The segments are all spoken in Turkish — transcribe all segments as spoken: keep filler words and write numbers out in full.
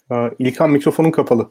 Aa, İlkan mikrofonun kapalı.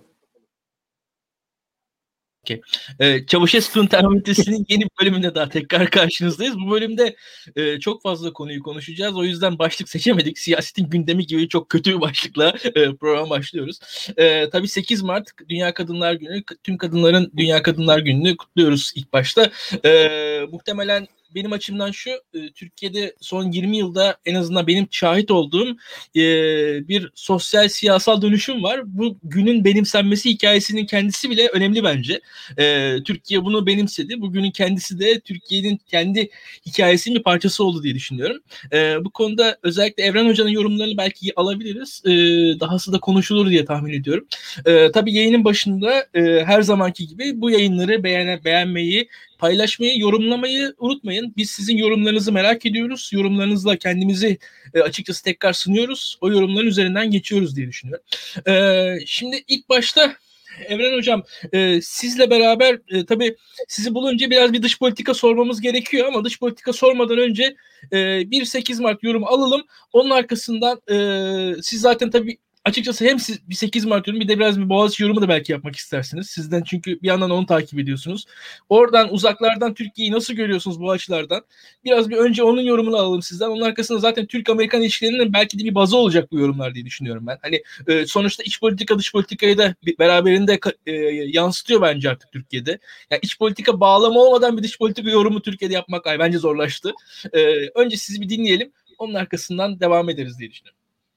Okay. Ee, Çavuşescu'nun termometresinin yeni bir bölümünde daha tekrar karşınızdayız. Bu bölümde e, çok fazla konuyu konuşacağız. O yüzden başlık seçemedik. Siyasetin gündemi gibi çok kötü bir başlıkla e, programa başlıyoruz. E, tabii sekiz Mart Dünya Kadınlar Günü. Tüm kadınların Dünya Kadınlar Günü'nü kutluyoruz ilk başta. E, muhtemelen benim açımdan şu, e, Türkiye'de son yirmi yılda en azından benim şahit olduğum e, bir sosyal siyasal dönüşüm var. Bu günün benimsenmesi hikayesinin kendisi bile önemli bence. E, Türkiye bunu benimsedi. Bugünün kendisi de Türkiye'nin kendi hikayesinin bir parçası oldu diye düşünüyorum. E, bu konuda özellikle Evren Hoca'nın yorumlarını belki alabiliriz. E, dahası da konuşulur diye tahmin ediyorum. E, tabii yayının başında e, her zamanki gibi bu yayınları beğen beğenmeyi, paylaşmayı, yorumlamayı unutmayın. Biz sizin yorumlarınızı merak ediyoruz. Yorumlarınızla kendimizi e, açıkçası tekrar sunuyoruz. O yorumların üzerinden geçiyoruz diye düşünüyorum. E, şimdi ilk başta Evren Hocam, e, sizle beraber e, tabii sizi bulunca biraz bir dış politika sormamız gerekiyor ama dış politika sormadan önce e, bir sekiz Mart yorum alalım. Onun arkasından e, siz zaten tabii açıkçası hem siz bir sekiz Mart yorum bir de biraz bir Boğaziçi yorumu da belki yapmak istersiniz. Sizden çünkü bir yandan onu takip ediyorsunuz. Oradan uzaklardan Türkiye'yi nasıl görüyorsunuz bu açılardan? Biraz bir önce onun yorumunu alalım sizden. Onun arkasında zaten Türk-Amerikan ilişkilerinin belki de bir bazı olacak bu yorumlar diye düşünüyorum ben. Hani e, sonuçta iç politika dış politikayı da beraberinde e, yansıtıyor bence artık Türkiye'de. Yani iç politika bağlamı olmadan bir dış politika yorumu Türkiye'de yapmak ay, bence zorlaştı. E, önce sizi bir dinleyelim. Onun arkasından devam ederiz diye düşünüyorum.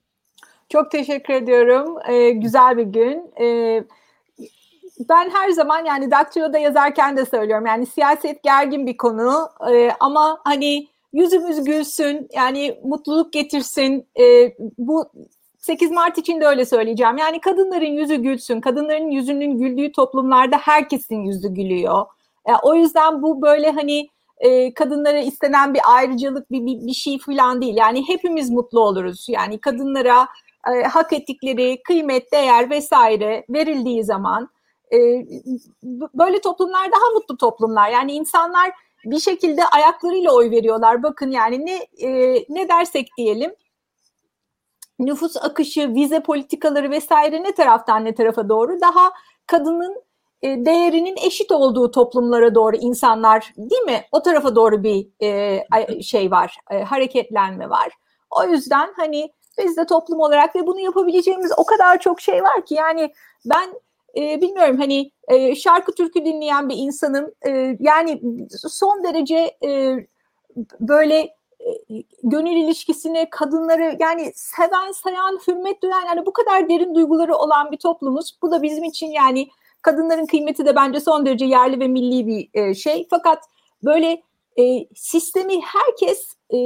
Çok teşekkür ediyorum. Ee, güzel bir gün. Ee, ben her zaman yani Daktilo'da yazarken de söylüyorum. Yani siyaset gergin bir konu ee, ama hani yüzümüz gülsün, yani mutluluk getirsin. Ee, bu sekiz Mart için de öyle söyleyeceğim. Yani kadınların yüzü gülsün. Kadınların yüzünün güldüğü toplumlarda herkesin yüzü gülüyor. Ee, o yüzden bu böyle hani e, kadınlara istenen bir ayrıcalık bir, bir, bir şey falan değil. Yani hepimiz mutlu oluruz. Yani kadınlara e, hak ettikleri kıymet, değer vesaire verildiği zaman e, böyle toplumlar daha mutlu toplumlar. Yani insanlar bir şekilde ayaklarıyla oy veriyorlar. Bakın yani ne e, ne dersek diyelim, nüfus akışı, vize politikaları vesaire ne taraftan ne tarafa doğru, daha kadının e, değerinin eşit olduğu toplumlara doğru insanlar, değil mi? O tarafa doğru bir e, şey var, e, hareketlenme var. O yüzden hani biz de toplum olarak ve bunu yapabileceğimiz o kadar çok şey var ki yani ben e, bilmiyorum hani e, şarkı türkü dinleyen bir insanım. E, yani son derece e, böyle gönül ilişkisini, kadınları yani seven, sayan, hürmet duyan, yani bu kadar derin duyguları olan bir toplumuz. Bu da bizim için yani kadınların kıymeti de bence son derece yerli ve milli bir e, şey. Fakat böyle e, sistemi herkes e,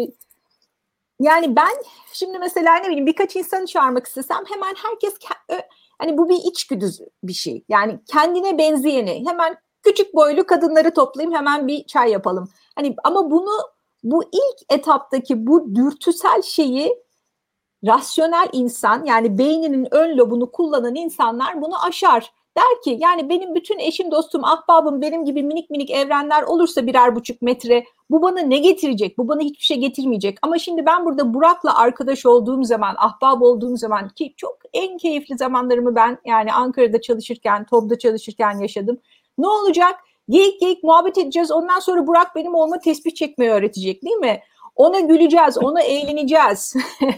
yani ben şimdi mesela ne bileyim birkaç insanı çağırmak istesem hemen herkes hani bu bir içgüdü bir şey. Yani kendine benzeyeni, hemen küçük boylu kadınları toplayayım hemen bir çay yapalım. Hani ama bunu bu ilk etaptaki bu dürtüsel şeyi rasyonel insan, yani beyninin ön lobunu kullanan insanlar bunu aşar. Der ki yani benim bütün eşim, dostum, ahbabım benim gibi minik minik evrenler olursa birer buçuk metre, bu bana ne getirecek? Bu bana hiçbir şey getirmeyecek. Ama şimdi ben burada Burak'la arkadaş olduğum zaman, ahbab olduğum zaman, ki çok en keyifli zamanlarımı ben yani Ankara'da çalışırken, TOB'da çalışırken yaşadım. Ne olacak? Geyik geyik muhabbet edeceğiz. Ondan sonra Burak benim olma tespih çekmeyi öğretecek, değil mi? Ona güleceğiz, ona eğleneceğiz.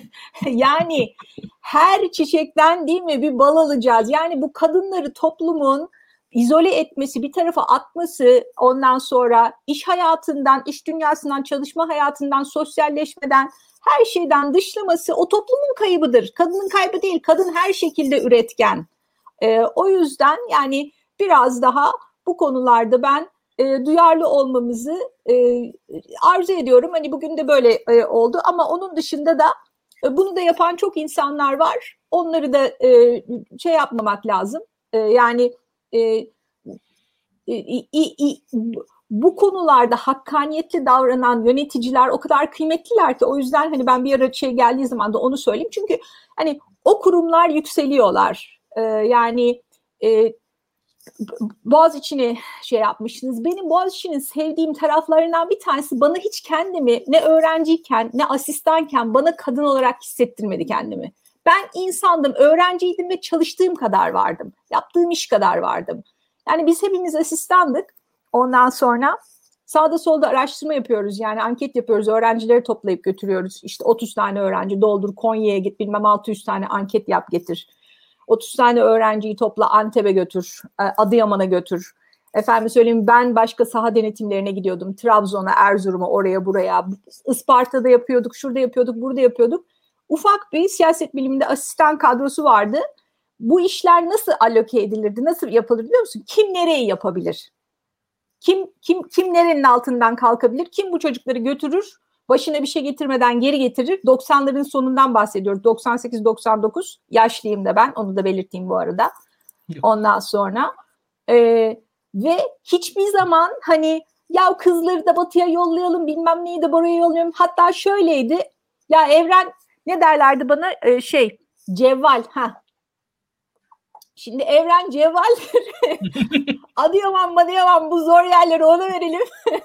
Yani her çiçekten, değil mi, bir bal alacağız. Yani bu kadınları toplumun izole etmesi, bir tarafa atması, ondan sonra iş hayatından, iş dünyasından, çalışma hayatından, sosyalleşmeden, her şeyden dışlaması o toplumun kaybıdır. Kadının kaybı değil, kadın her şekilde üretken. Ee, o yüzden yani biraz daha bu konularda ben e, duyarlı olmamızı e, arzu ediyorum. Hani bugün de böyle e, oldu ama onun dışında da e, bunu da yapan çok insanlar var. Onları da e, şey yapmamak lazım. E, yani e, e, e, e, bu konularda hakkaniyetli davranan yöneticiler o kadar kıymetliler ki, o yüzden hani ben bir ara şey geldiği zaman da onu söyleyeyim. Çünkü hani o kurumlar yükseliyorlar. E, yani e, Boğaziçi'ni şey yapmışsınız. Benim Boğaziçi'nin sevdiğim taraflarından bir tanesi, bana hiç kendimi ne öğrenciyken ne asistanken bana kadın olarak hissettirmedi kendimi. Ben insandım, öğrenciydim ve çalıştığım kadar vardım. Yaptığım iş kadar vardım. Yani biz hepimiz asistandık. Ondan sonra sağda solda araştırma yapıyoruz. Yani anket yapıyoruz. Öğrencileri toplayıp götürüyoruz. İşte otuz tane öğrenci doldur, Konya'ya git, bilmem altı yüz tane anket yap getir. otuz tane öğrenciyi topla, Antep'e götür, Adıyaman'a götür. Efendim söyleyeyim, ben başka saha denetimlerine gidiyordum. Trabzon'a, Erzurum'a, oraya buraya. Isparta'da yapıyorduk, şurada yapıyorduk, burada yapıyorduk. Ufak bir siyaset biliminde asistan kadrosu vardı. Bu işler nasıl aloke edilirdi, nasıl yapılır biliyor musun? Kim nereyi yapabilir? Kim kim kim nerenin altından kalkabilir? Kim bu çocukları götürür? Başına bir şey getirmeden geri getirir. doksanların sonundan bahsediyoruz. doksan sekiz doksan dokuz yaşlıyım da ben. Onu da belirteyim bu arada. Ondan sonra e, ve hiçbir zaman hani ya kızları da batıya yollayalım, bilmem neyi de buraya yollayalım. Hatta şöyleydi. Ya Evren ne derlerdi bana? E, şey cevval. Ha. Şimdi Evren cevval Adıyaman Adıyaman bu zor yerleri ona verelim.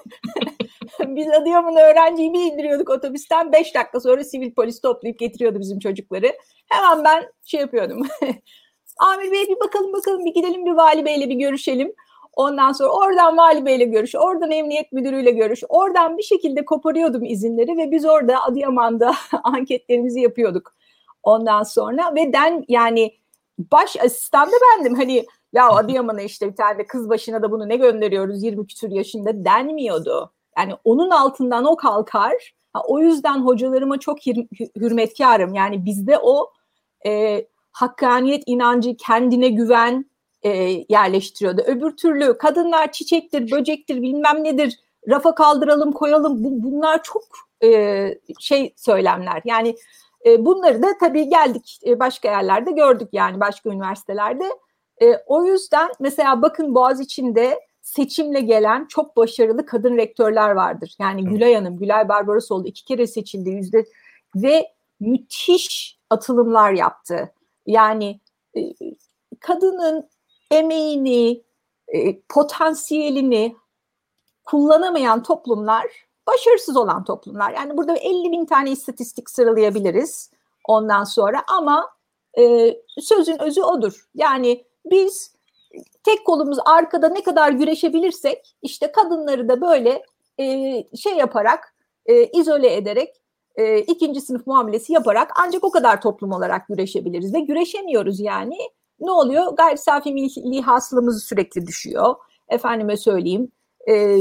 Biz Adıyaman'a öğrenciyi bir indiriyorduk otobüsten. Beş dakika sonra sivil polis toplayıp getiriyordu bizim çocukları. Hemen ben şey yapıyordum. Amir Bey bir bakalım bakalım bir gidelim bir Vali Bey'le bir görüşelim. Ondan sonra oradan Vali Bey'le görüş, oradan Emniyet Müdürü'yle görüş. Oradan bir şekilde koparıyordum izinleri ve biz orada Adıyaman'da anketlerimizi yapıyorduk. Ondan sonra ve den yani baş asistan da bendim. Hani ya Adıyaman'a işte bir tane kız başına da bunu ne gönderiyoruz yirmi küsur yaşında denmiyordu. Yani onun altından o kalkar. Ha, o yüzden hocalarıma çok hür- hürmetkarım. Yani bizde o e, hakkaniyet inancı, kendine güven e, yerleştiriyordu. Öbür türlü kadınlar çiçektir, böcektir, bilmem nedir, rafa kaldıralım, koyalım. Bu, bunlar çok e, şey söylemler. Yani e, bunları da tabii geldik e, başka yerlerde gördük yani başka üniversitelerde. E, o yüzden mesela bakın Boğaziçi'nde seçimle gelen çok başarılı kadın rektörler vardır. Yani evet. Gülay Hanım, Gülay Barbarosoğlu iki kere seçildi yüzde ve müthiş atılımlar yaptı. Yani e, kadının emeğini, e, potansiyelini kullanamayan toplumlar başarısız olan toplumlar. Yani burada elli bin tane istatistik sıralayabiliriz ondan sonra ama e, sözün özü odur. Yani biz tek kolumuz arkada ne kadar güreşebilirsek işte kadınları da böyle e, şey yaparak, e, izole ederek, e, ikinci sınıf muamelesi yaparak ancak o kadar toplum olarak güreşebiliriz ve güreşemiyoruz yani. Ne oluyor? Gayri safi milli hasılamız sürekli düşüyor. Efendime söyleyeyim. E,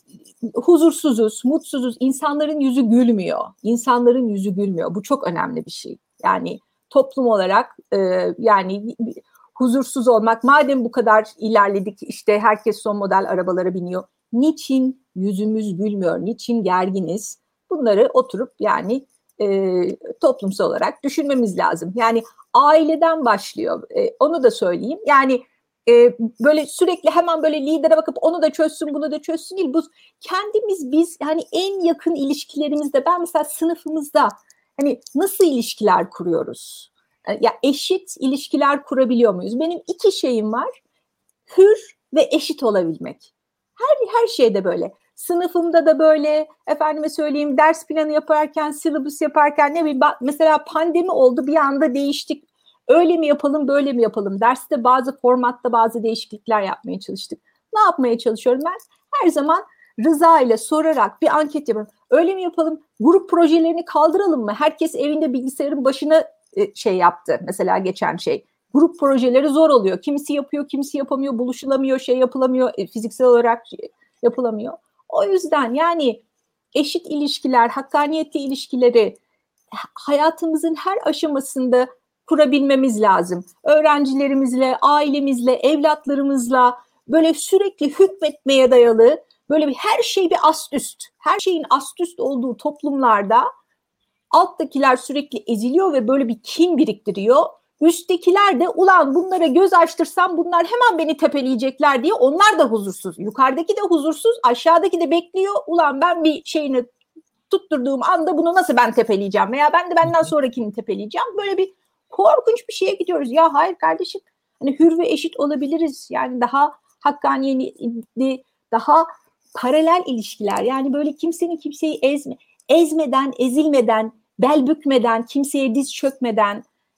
huzursuzuz, mutsuzuz. İnsanların yüzü gülmüyor. İnsanların yüzü gülmüyor. Bu çok önemli bir şey. Yani toplum olarak e, yani huzursuz olmak. Madem bu kadar ilerledik, işte herkes son model arabalara biniyor. Niçin yüzümüz gülmüyor? Niçin gerginiz? Bunları oturup yani e, toplumsal olarak düşünmemiz lazım. Yani aileden başlıyor. E, onu da söyleyeyim. Yani e, böyle sürekli hemen böyle lidere bakıp onu da çözsün, bunu da çözsün değil. Bu kendimiz biz yani en yakın ilişkilerimizde ben mesela sınıfımızda hani nasıl ilişkiler kuruyoruz? Ya eşit ilişkiler kurabiliyor muyuz? Benim iki şeyim var. Hür ve eşit olabilmek. Her her şeyde böyle. Sınıfımda da böyle, efendime söyleyeyim ders planı yaparken, syllabus yaparken ne bileyim mesela pandemi oldu bir anda değiştik. Öyle mi yapalım, böyle mi yapalım? Derste bazı formatta bazı değişiklikler yapmaya çalıştık. Ne yapmaya çalışıyorum ben? Her zaman rıza ile sorarak bir anket yapalım. Öyle mi yapalım? Grup projelerini kaldıralım mı? Herkes evinde bilgisayarın başına şey yaptı. Mesela geçen şey. Grup projeleri zor oluyor. Kimisi yapıyor, kimisi yapamıyor, buluşulamıyor, şey yapılamıyor, fiziksel olarak yapılamıyor. O yüzden yani eşit ilişkiler, hakkaniyetli ilişkileri hayatımızın her aşamasında kurabilmemiz lazım. Öğrencilerimizle, ailemizle, evlatlarımızla böyle sürekli hükmetmeye dayalı, böyle bir her şey bir ast üst, her şeyin ast üst olduğu toplumlarda alttakiler sürekli eziliyor ve böyle bir kin biriktiriyor. Üsttekiler de ulan bunlara göz açtırsam bunlar hemen beni tepeleyecekler diye onlar da huzursuz. Yukarıdaki de huzursuz, aşağıdaki de bekliyor. Ulan ben bir şeyini tutturduğum anda bunu nasıl ben tepeleyeceğim veya ben de benden sonrakini tepeleyeceğim. Böyle bir korkunç bir şeye gidiyoruz. Ya hayır kardeşim, hani hür ve eşit olabiliriz. Yani daha hakkaniyetli, daha paralel ilişkiler. Yani böyle kimsenin kimseyi ezme, ezmeden, ezilmeden, bel bükmeden, kimseye diz çökmeden,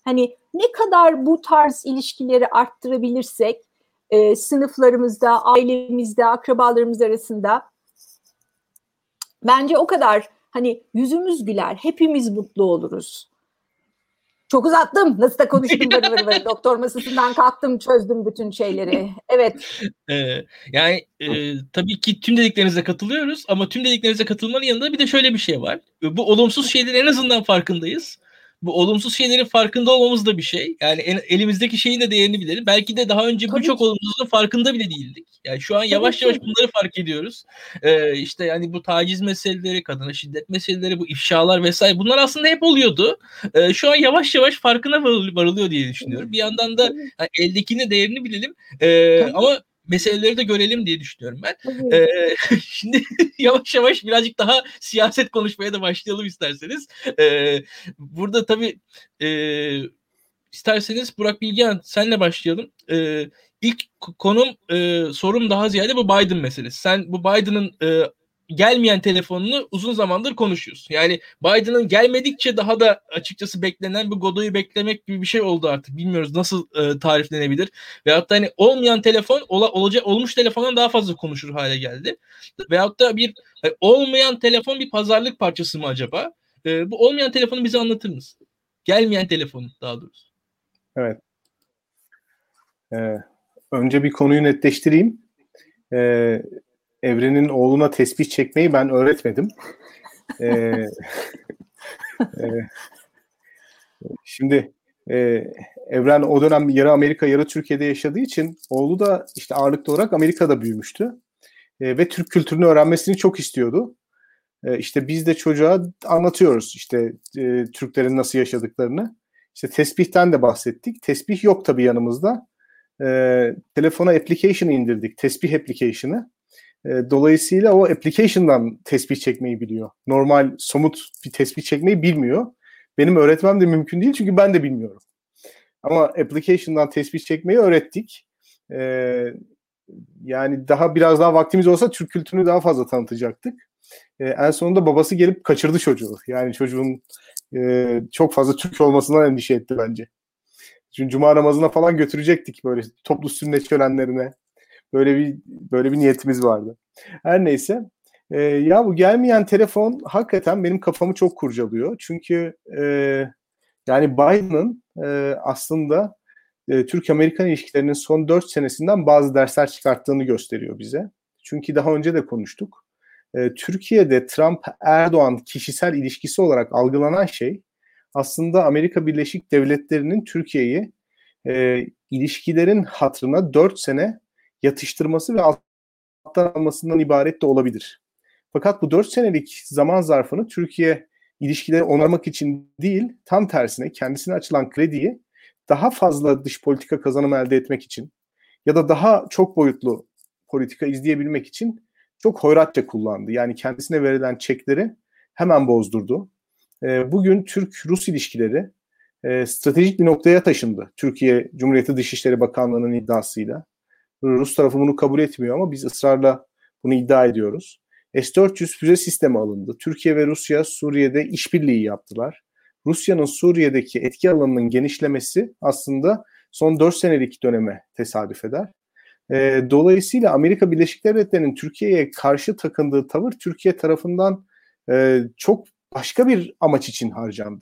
hani ne kadar bu tarz ilişkileri arttırabilirsek e, sınıflarımızda, ailemizde, akrabalarımız arasında bence o kadar hani yüzümüz güler, hepimiz mutlu oluruz. Çok uzattım. Nasıl da konuştum vır vır vır. Doktor masasından kalktım, çözdüm bütün şeyleri. Evet. Ee, yani e, tabii ki tüm dediklerinize katılıyoruz ama tüm dediklerinize katılmanın yanında bir de şöyle bir şey var. Bu olumsuz şeylerin en azından farkındayız. Bu olumsuz şeylerin farkında olmamız da bir şey. Yani en, elimizdeki şeyin de değerini bilelim. Belki de daha önce birçok olumsuzluğun farkında bile değildik. Yani şu an yavaş yavaş bunları fark ediyoruz. Ee, işte yani bu taciz meseleleri, kadına şiddet meseleleri, bu ifşalar vesaire bunlar aslında hep oluyordu. Ee, şu an yavaş yavaş farkına varılıyor diye düşünüyorum. Bir yandan da yani eldekinin değerini bilelim. Ee, ama meseleleri de görelim diye düşünüyorum ben. Ee, şimdi yavaş yavaş birazcık daha siyaset konuşmaya da başlayalım isterseniz. Ee, burada tabii e, isterseniz Burak Bilgehan senle başlayalım. Ee, ilk konum e, sorum daha ziyade bu Biden meselesi. Sen bu Biden'ın e, gelmeyen telefonunu uzun zamandır konuşuyorsun. Yani Biden'ın gelmedikçe daha da açıkçası beklenen bir Godot'u beklemek gibi bir şey oldu artık. Bilmiyoruz nasıl e, tariflenebilir. Veyahut da hani olmayan telefon ola, olacak olmuş telefondan daha fazla konuşur hale geldi. Veyahut da bir e, olmayan telefon bir pazarlık parçası mı acaba? E, bu olmayan telefonu bize anlatır mısın? Gelmeyen telefonu daha doğrusu. Evet. Ee, önce bir konuyu netleştireyim. Ee, Evren'in oğluna tesbih çekmeyi ben öğretmedim. Ee, e, şimdi e, Evren o dönem yarı Amerika yarı Türkiye'de yaşadığı için oğlu da işte ağırlıklı olarak Amerika'da büyümüştü. E, ve Türk kültürünü öğrenmesini çok istiyordu. E, işte biz de çocuğa anlatıyoruz işte e, Türklerin nasıl yaşadıklarını. İşte tesbihten de bahsettik. Tesbih yok tabii yanımızda. E, telefona application indirdik. Tesbih application'ı. E, dolayısıyla o application'dan tesbih çekmeyi biliyor. Normal somut bir tesbih çekmeyi bilmiyor. Benim öğretmem de mümkün değil çünkü ben de bilmiyorum. Ama application'dan tesbih çekmeyi öğrettik. E, yani daha biraz daha vaktimiz olsa Türk kültürünü daha fazla tanıtacaktık. E, en sonunda babası gelip kaçırdı çocuğu. Yani çocuğun e, çok fazla Türk olmasından endişe etti bence. Çünkü cuma namazına falan götürecektik böyle toplu sünnet törenlerine. Böyle bir böyle bir niyetimiz vardı. Her neyse. E, ya bu gelmeyen telefon hakikaten benim kafamı çok kurcalıyor. Çünkü e, yani Biden'ın e, aslında e, Türk-Amerikan ilişkilerinin son dört senesinden bazı dersler çıkarttığını gösteriyor bize. Çünkü daha önce de konuştuk. E, Türkiye'de Trump-Erdoğan kişisel ilişkisi olarak algılanan şey aslında Amerika Birleşik Devletleri'nin Türkiye'yi e, ilişkilerin hatırına dört sene yatıştırması ve alttan almasından ibaret de olabilir. Fakat bu dört senelik zaman zarfını Türkiye ilişkileri onarmak için değil, tam tersine kendisine açılan krediyi daha fazla dış politika kazanımı elde etmek için ya da daha çok boyutlu politika izleyebilmek için çok hoyratça kullandı. Yani kendisine verilen çekleri hemen bozdurdu. E, bugün Türk-Rus ilişkileri e, stratejik bir noktaya taşındı. Türkiye Cumhuriyeti Dışişleri Bakanlığı'nın iddiasıyla. Rus tarafı bunu kabul etmiyor ama biz ısrarla bunu iddia ediyoruz. S dört yüz füze sistemi alındı. Türkiye ve Rusya Suriye'de işbirliği yaptılar. Rusya'nın Suriye'deki etki alanının genişlemesi aslında son dört senelik döneme tesadüf eder. E, dolayısıyla Amerika Birleşik Devletleri'nin Türkiye'ye karşı takındığı tavır Türkiye tarafından e, çok başka bir amaç için harcandı.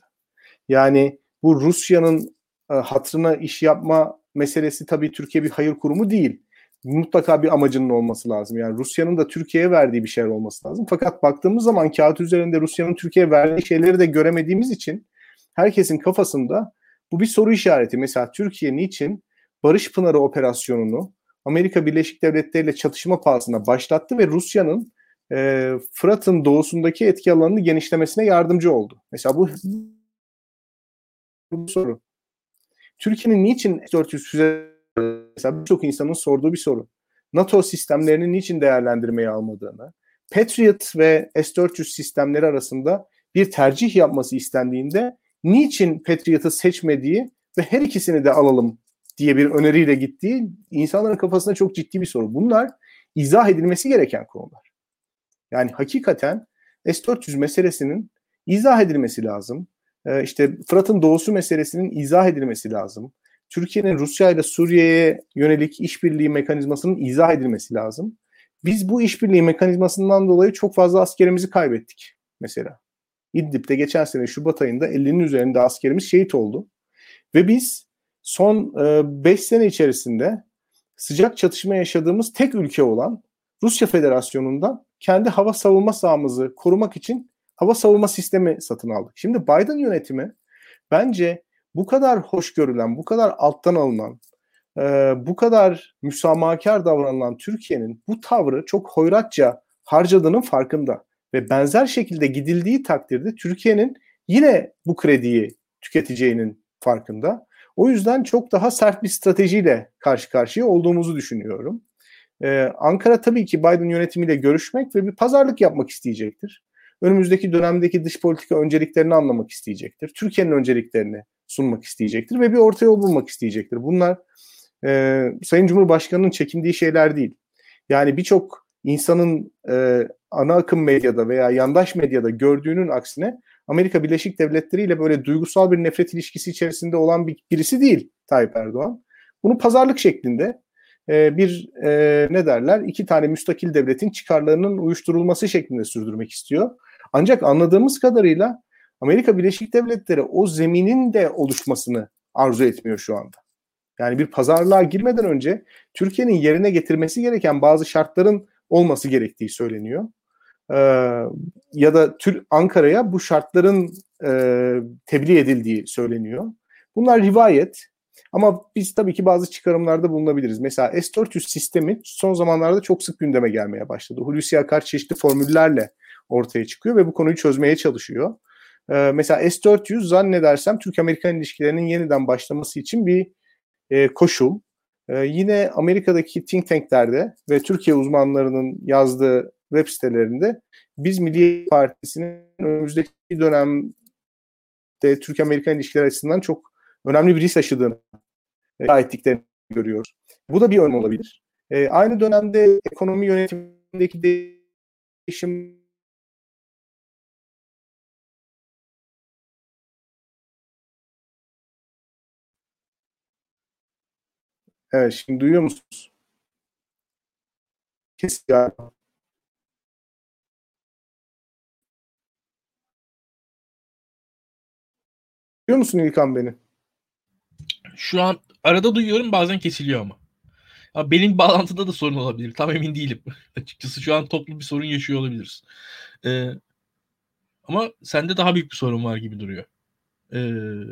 Yani bu Rusya'nın e, hatırına iş yapma meselesi tabii Türkiye bir hayır kurumu değil. Mutlaka bir amacının olması lazım. Yani Rusya'nın da Türkiye'ye verdiği bir şeyler olması lazım. Fakat baktığımız zaman kağıt üzerinde Rusya'nın Türkiye'ye verdiği şeyleri de göremediğimiz için herkesin kafasında bu bir soru işareti. Mesela Türkiye niçin Barış Pınarı operasyonunu Amerika Birleşik Devletleri ile çatışma pahasına başlattı ve Rusya'nın e, Fırat'ın doğusundaki etki alanını genişlemesine yardımcı oldu. Mesela bu, bu soru. Türkiye'nin niçin S dört yüz füze, mesela birçok insanın sorduğu bir soru. NATO sistemlerini niçin değerlendirmeye almadığını, Patriot ve S dört yüz sistemleri arasında bir tercih yapması istendiğinde niçin Patriot'ı seçmediği ve her ikisini de alalım diye bir öneriyle gittiği insanların kafasında çok ciddi bir soru. Bunlar izah edilmesi gereken konular. Yani hakikaten S dört yüz meselesinin izah edilmesi lazım. e, işte Fırat'ın doğusu meselesinin izah edilmesi lazım. Türkiye'nin Rusya ile Suriye'ye yönelik işbirliği mekanizmasının izah edilmesi lazım. Biz bu işbirliği mekanizmasından dolayı çok fazla askerimizi kaybettik mesela. İdlib'de geçen sene Şubat ayında ellinin üzerinde askerimiz şehit oldu. Ve biz son beş sene içerisinde sıcak çatışma yaşadığımız tek ülke olan Rusya Federasyonu'ndan kendi hava savunma sahamızı korumak için hava savunma sistemi satın aldık. Şimdi Biden yönetimi bence bu kadar hoş görülen, bu kadar alttan alınan, e, bu kadar müsamahakar davranılan Türkiye'nin bu tavrı çok hoyratça harcadığının farkında. Ve benzer şekilde gidildiği takdirde Türkiye'nin yine bu krediyi tüketeceğinin farkında. O yüzden çok daha sert bir stratejiyle karşı karşıya olduğumuzu düşünüyorum. Ee, Ankara tabii ki Biden yönetimiyle görüşmek ve bir pazarlık yapmak isteyecektir. Önümüzdeki dönemdeki dış politika önceliklerini anlamak isteyecektir. Türkiye'nin önceliklerini sunmak isteyecektir ve bir orta yol bulmak isteyecektir. Bunlar e, Sayın Cumhurbaşkanı'nın çekindiği şeyler değil. Yani birçok insanın e, ana akım medyada veya yandaş medyada gördüğünün aksine Amerika Birleşik Devletleri ile böyle duygusal bir nefret ilişkisi içerisinde olan bir, birisi değil Tayyip Erdoğan. Bunu pazarlık şeklinde e, bir e, ne derler iki tane müstakil devletin çıkarlarının uyuşturulması şeklinde sürdürmek istiyor. Ancak anladığımız kadarıyla Amerika Birleşik Devletleri o zeminin de oluşmasını arzu etmiyor şu anda. Yani bir pazarlığa girmeden önce Türkiye'nin yerine getirmesi gereken bazı şartların olması gerektiği söyleniyor. Ee, ya da Tür- Ankara'ya bu şartların e, tebliğ edildiği söyleniyor. Bunlar rivayet ama biz tabii ki bazı çıkarımlarda bulunabiliriz. Mesela S dört yüz sistemi son zamanlarda çok sık gündeme gelmeye başladı. Hulusi Akar çeşitli formüllerle ortaya çıkıyor ve bu konuyu çözmeye çalışıyor. Ee, mesela S dört yüz zannedersem Türk-Amerikan ilişkilerinin yeniden başlaması için bir e, koşul. E, yine Amerika'daki think tanklerde ve Türkiye uzmanlarının yazdığı web sitelerinde biz Milliyetçi Partisi'nin önümüzdeki dönemde Türk-Amerikan ilişkileri açısından çok önemli bir risk taşıdığını iddia ettiklerini görüyoruz. Bu da bir önüm olabilir. E, aynı dönemde ekonomi yönetimindeki değişim Evet, şimdi duyuyor musunuz? Kesin galiba. Duyuyor musun İlkan beni? Şu an arada duyuyorum, bazen kesiliyor ama. Ama benim bağlantıda da sorun olabilir. Tam emin değilim. Açıkçası şu an toplu bir sorun yaşıyor olabiliriz. Ee, ama sende daha büyük bir sorun var gibi duruyor. Ee,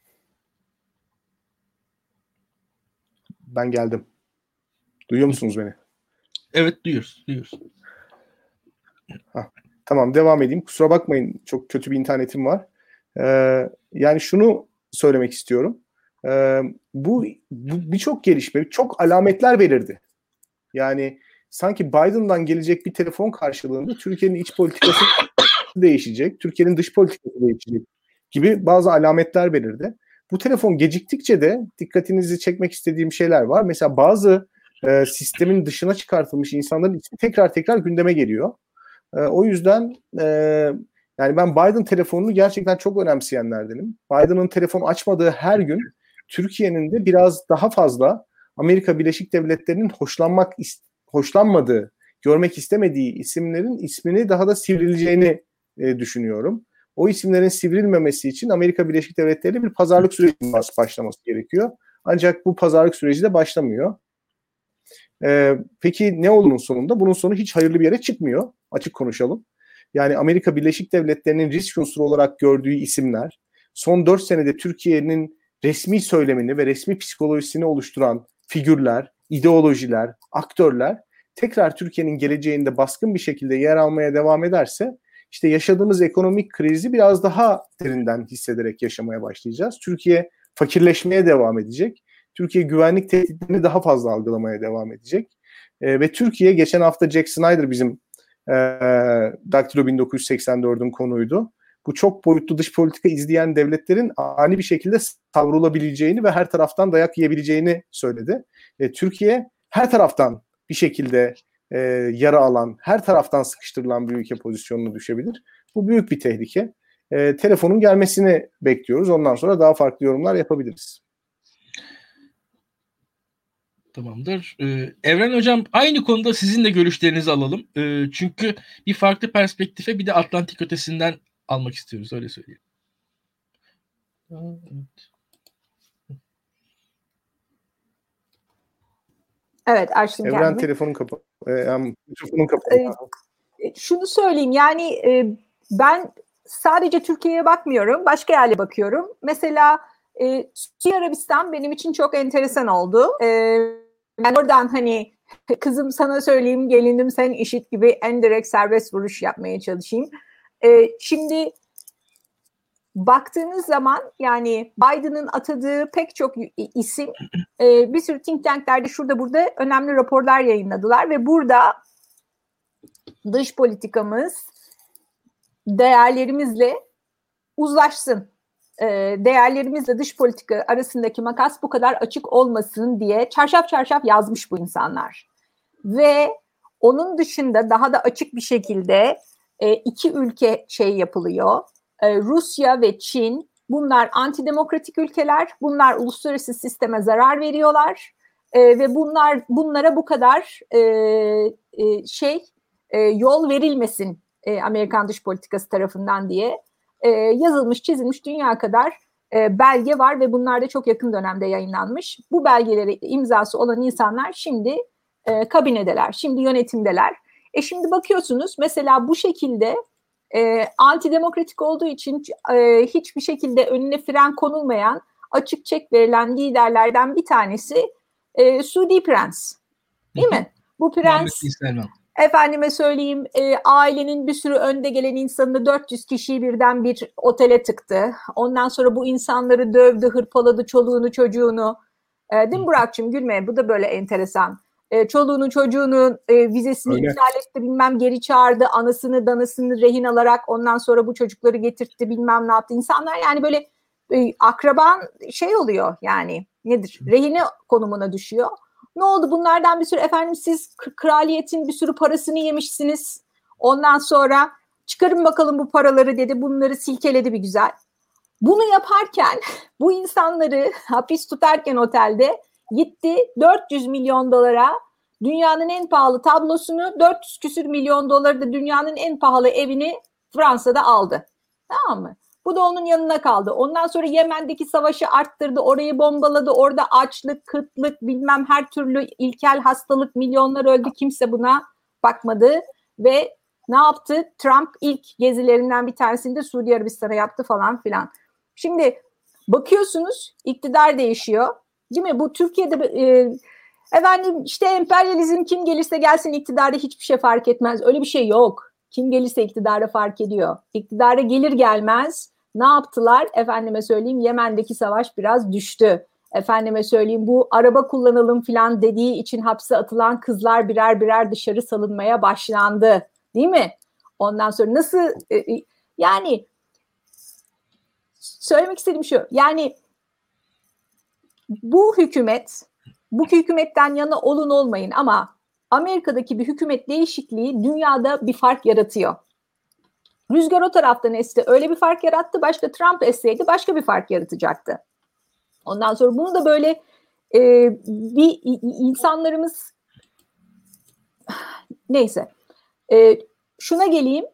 Ben geldim. Duyuyor musunuz beni? evet duyuyoruz. duyuyoruz. Hah, tamam devam edeyim. Kusura bakmayın çok kötü bir internetim var. Ee, yani şunu söylemek istiyorum. Ee, bu bu birçok gelişme, çok alametler belirdi. Yani sanki Biden'dan gelecek bir telefon karşılığında Türkiye'nin iç politikası değişecek, Türkiye'nin dış politikası değişecek gibi bazı alametler belirdi. Bu telefon geciktikçe de dikkatinizi çekmek istediğim şeyler var. Mesela bazı e, sistemin dışına çıkartılmış insanların ismi tekrar tekrar gündeme geliyor. E, o yüzden e, yani ben Biden telefonunu gerçekten çok önemseyenlerdenim. Biden'ın telefon açmadığı her gün Türkiye'nin de biraz daha fazla Amerika Birleşik Devletleri'nin hoşlanmak hoşlanmadığı, görmek istemediği isimlerin ismini daha da sivrileceğini e, düşünüyorum. O isimlerin sivrilmemesi için Amerika Birleşik Devletleri bir pazarlık sürecinin başlaması gerekiyor. Ancak bu pazarlık süreci de başlamıyor. Ee, peki ne olur sonunda? Bunun sonu hiç hayırlı bir yere çıkmıyor. Açık konuşalım. Yani Amerika Birleşik Devletleri'nin risk unsuru olarak gördüğü isimler, son dört senede Türkiye'nin resmi söylemini ve resmi psikolojisini oluşturan figürler, ideolojiler, aktörler tekrar Türkiye'nin geleceğinde baskın bir şekilde yer almaya devam ederse işte yaşadığımız ekonomik krizi biraz daha derinden hissederek yaşamaya başlayacağız. Türkiye fakirleşmeye devam edecek. Türkiye güvenlik tehditlerini daha fazla algılamaya devam edecek. E, ve Türkiye geçen hafta Jack Snyder bizim e, Daktilo bin dokuz yüz seksen dördün konuydu. Bu çok boyutlu dış politika izleyen devletlerin ani bir şekilde savrulabileceğini ve her taraftan dayak yiyebileceğini söyledi. E, Türkiye her taraftan bir şekilde e, yara alan, her taraftan sıkıştırılan bir ülke pozisyonuna düşebilir. Bu büyük bir tehlike. E, telefonun gelmesini bekliyoruz. Ondan sonra daha farklı yorumlar yapabiliriz. Tamamdır. Ee, Evren Hocam, aynı konuda sizin de görüşlerinizi alalım. Ee, çünkü bir farklı perspektife, bir de Atlantik ötesinden almak istiyoruz. Öyle söyleyeyim. Evet. Evet, açtım Evren kendimi. telefonun kapalı. E, yani, mikrofonun kapalı. Ee, şunu söyleyeyim, yani e, ben sadece Türkiye'ye bakmıyorum, başka yerle bakıyorum. Mesela e, Suudi Arabistan benim için çok enteresan oldu. E, ben oradan hani kızım sana söyleyeyim, gelinim sen işit gibi en direkt serbest vuruş yapmaya çalışayım. E, şimdi baktığınız zaman yani Biden'ın atadığı pek çok isim e, bir sürü think tanklerde şurada burada önemli raporlar yayınladılar ve burada dış politikamız değerlerimizle uzlaşsın, e, değerlerimizle dış politika arasındaki makas bu kadar açık olmasın diye çarşaf çarşaf yazmış bu insanlar. Ve onun dışında daha da açık bir şekilde e, iki ülke şey yapılıyor. E, Rusya ve Çin, bunlar antidemokratik ülkeler, bunlar uluslararası sisteme zarar veriyorlar e, ve bunlar bunlara bu kadar e, e, şey e, yol verilmesin e, Amerikan dış politikası tarafından diye e, yazılmış, çizilmiş dünya kadar e, belge var ve bunlar da çok yakın dönemde yayınlanmış. Bu belgeleri imzası olan insanlar şimdi e, kabinedeler, şimdi yönetimdeler. E şimdi bakıyorsunuz mesela bu şekilde e, antidemokratik olduğu için e, hiçbir şekilde önüne fren konulmayan, açık çek verilen liderlerden bir tanesi e, Suudi Prens. Değil mi? Bu prens, efendime söyleyeyim, e, ailenin bir sürü önde gelen insanını, dört yüz kişiyi birden bir otele tıktı. Ondan sonra bu insanları dövdü, hırpaladı, çoluğunu çocuğunu. E, değil mi Burak'cığım, gülme, bu da böyle enteresan. E, çoluğunu çocuğunu e, vizesini Öyle. iptal etti, bilmem geri çağırdı, anasını danasını rehin alarak ondan sonra bu çocukları getirtti, bilmem ne yaptı. İnsanlar yani böyle e, akraban şey oluyor yani, nedir, rehine konumuna düşüyor. Ne oldu bunlardan bir sürü, efendim siz kraliyetin bir sürü parasını yemişsiniz. Ondan sonra çıkarın bakalım bu paraları dedi. Bunları silkeledi bir güzel. Bunu yaparken bu insanları hapis tutarken otelde gitti dört yüz milyon dolara dünyanın en pahalı tablosunu, dört yüz küsür milyon doları da dünyanın en pahalı evini Fransa'da aldı. Tamam mı? Bu da onun yanına kaldı. Ondan sonra Yemen'deki savaşı arttırdı, orayı bombaladı, orada açlık, kıtlık, bilmem her türlü ilkel hastalık, milyonlar öldü, kimse buna bakmadı ve ne yaptı? Trump ilk gezilerinden bir tanesinde Suudi Arabistan'a yaptı falan filan. Şimdi bakıyorsunuz iktidar değişiyor, değil mi? Bu Türkiye'de e, efendim işte emperyalizm, kim gelirse gelsin iktidarda hiçbir şey fark etmez. Öyle bir şey yok. Kim gelirse iktidara fark ediyor. İktidara gelir gelmez ne yaptılar? Efendime söyleyeyim Yemen'deki savaş biraz düştü. Efendime söyleyeyim bu araba kullanalım falan dediği için hapse atılan kızlar birer birer dışarı salınmaya başlandı. Değil mi? Ondan sonra nasıl e, yani söylemek istediğim şu, yani bu hükümet, bu hükümetten yana olun olmayın ama Amerika'daki bir hükümet değişikliği dünyada bir fark yaratıyor. Rüzgar o taraftan esti, öyle bir fark yarattı. Başka Trump esseydi başka bir fark yaratacaktı. Ondan sonra bunu da böyle e, bir insanlarımız neyse e, şuna geleyim.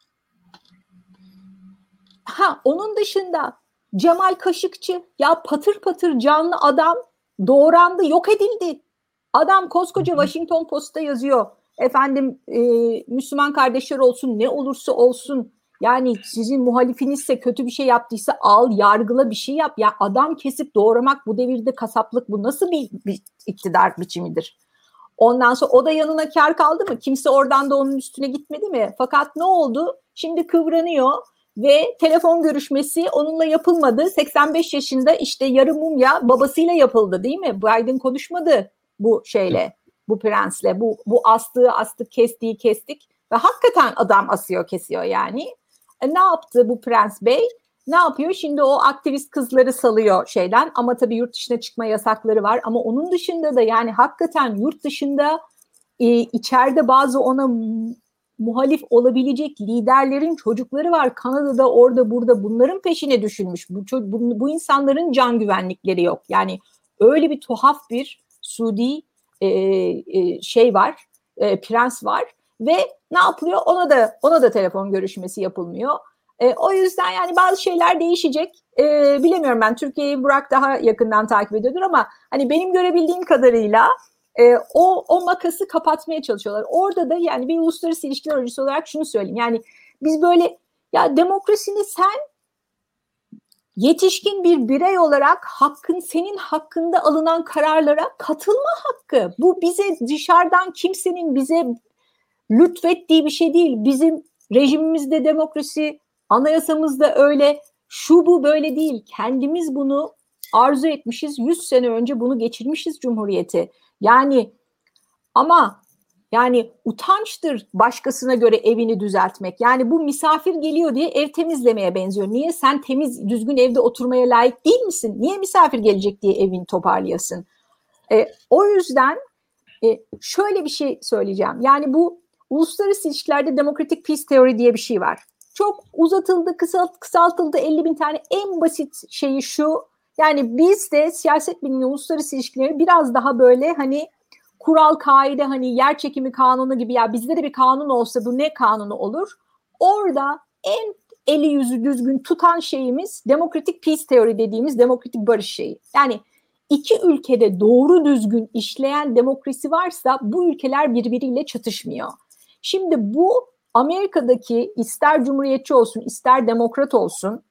Ha, onun dışında Cemal Kaşıkçı, ya patır patır canlı adam doğrandı, yok edildi. Adam koskoca Washington Post'ta yazıyor. Efendim e, Müslüman kardeşler olsun, ne olursa olsun. Yani sizin muhalifinizse, kötü bir şey yaptıysa al, yargıla, bir şey yap. Ya adam kesip doğramak bu devirde kasaplık, bu nasıl bir, bir iktidar biçimidir? Ondan sonra o da yanına kar kaldı mı? Kimse oradan da onun üstüne gitmedi mi? Fakat ne oldu? Şimdi kıvranıyor ve telefon görüşmesi onunla yapılmadı. seksen beş yaşında işte yarı mumya babasıyla yapıldı, değil mi? Biden konuşmadı bu şeyle, bu prensle, bu bu astığı astık, kestiği kestik ve hakikaten adam asıyor kesiyor yani. E, ne yaptı bu Prens Bey? Ne yapıyor? Şimdi o aktivist kızları salıyor şeyden, ama tabii yurt dışına çıkma yasakları var. Ama onun dışında da yani hakikaten yurt dışında e, içeride bazı ona muhalif olabilecek liderlerin çocukları var. Kanada'da, orada, burada, bunların peşine düşülmüş. Bu, bu, bu insanların can güvenlikleri yok. Yani öyle bir tuhaf bir Suudi e, e, şey var, e, prens var ve ne yapılıyor? Ona da ona da telefon görüşmesi yapılmıyor. E, o yüzden yani bazı şeyler değişecek. E, bilemiyorum, ben Türkiye'yi Burak daha yakından takip ediyordur ama hani benim görebildiğim kadarıyla e, o o makası kapatmaya çalışıyorlar. Orada da yani bir uluslararası ilişkiler öncüsü olarak şunu söyleyeyim. Yani biz böyle ya demokrasini sen yetişkin bir birey olarak hakkın, senin hakkında alınan kararlara katılma hakkı. Bu bize dışarıdan kimsenin bize lütfettiği bir şey değil. Bizim rejimimizde demokrasi, anayasamızda öyle, şu bu böyle değil. Kendimiz bunu arzu etmişiz. yüz sene önce bunu geçirmişiz Cumhuriyeti. Yani ama yani utançtır başkasına göre evini düzeltmek. Yani bu misafir geliyor diye ev temizlemeye benziyor. Niye? Sen temiz, düzgün evde oturmaya layık değil misin? Niye misafir gelecek diye evini toparlayasın? E, o yüzden e, şöyle bir şey söyleyeceğim. Yani bu uluslararası ilişkilerde demokratik peace theory diye bir şey var. Çok uzatıldı, kısalt, kısaltıldı elli bin tane. En basit şeyi şu. Yani biz de siyaset bilimi, uluslararası ilişkileri biraz daha böyle hani kural, kaide, hani yer çekimi kanunu gibi, ya bizde de bir kanun olsa bu ne kanunu olur? Orada en eli yüzü düzgün tutan şeyimiz demokratik peace theory dediğimiz demokratik barış şeyi. Yani iki ülkede doğru düzgün işleyen demokrasi varsa bu ülkeler birbiriyle çatışmıyor. Şimdi bu Amerika'daki ister cumhuriyetçi olsun ister demokrat olsun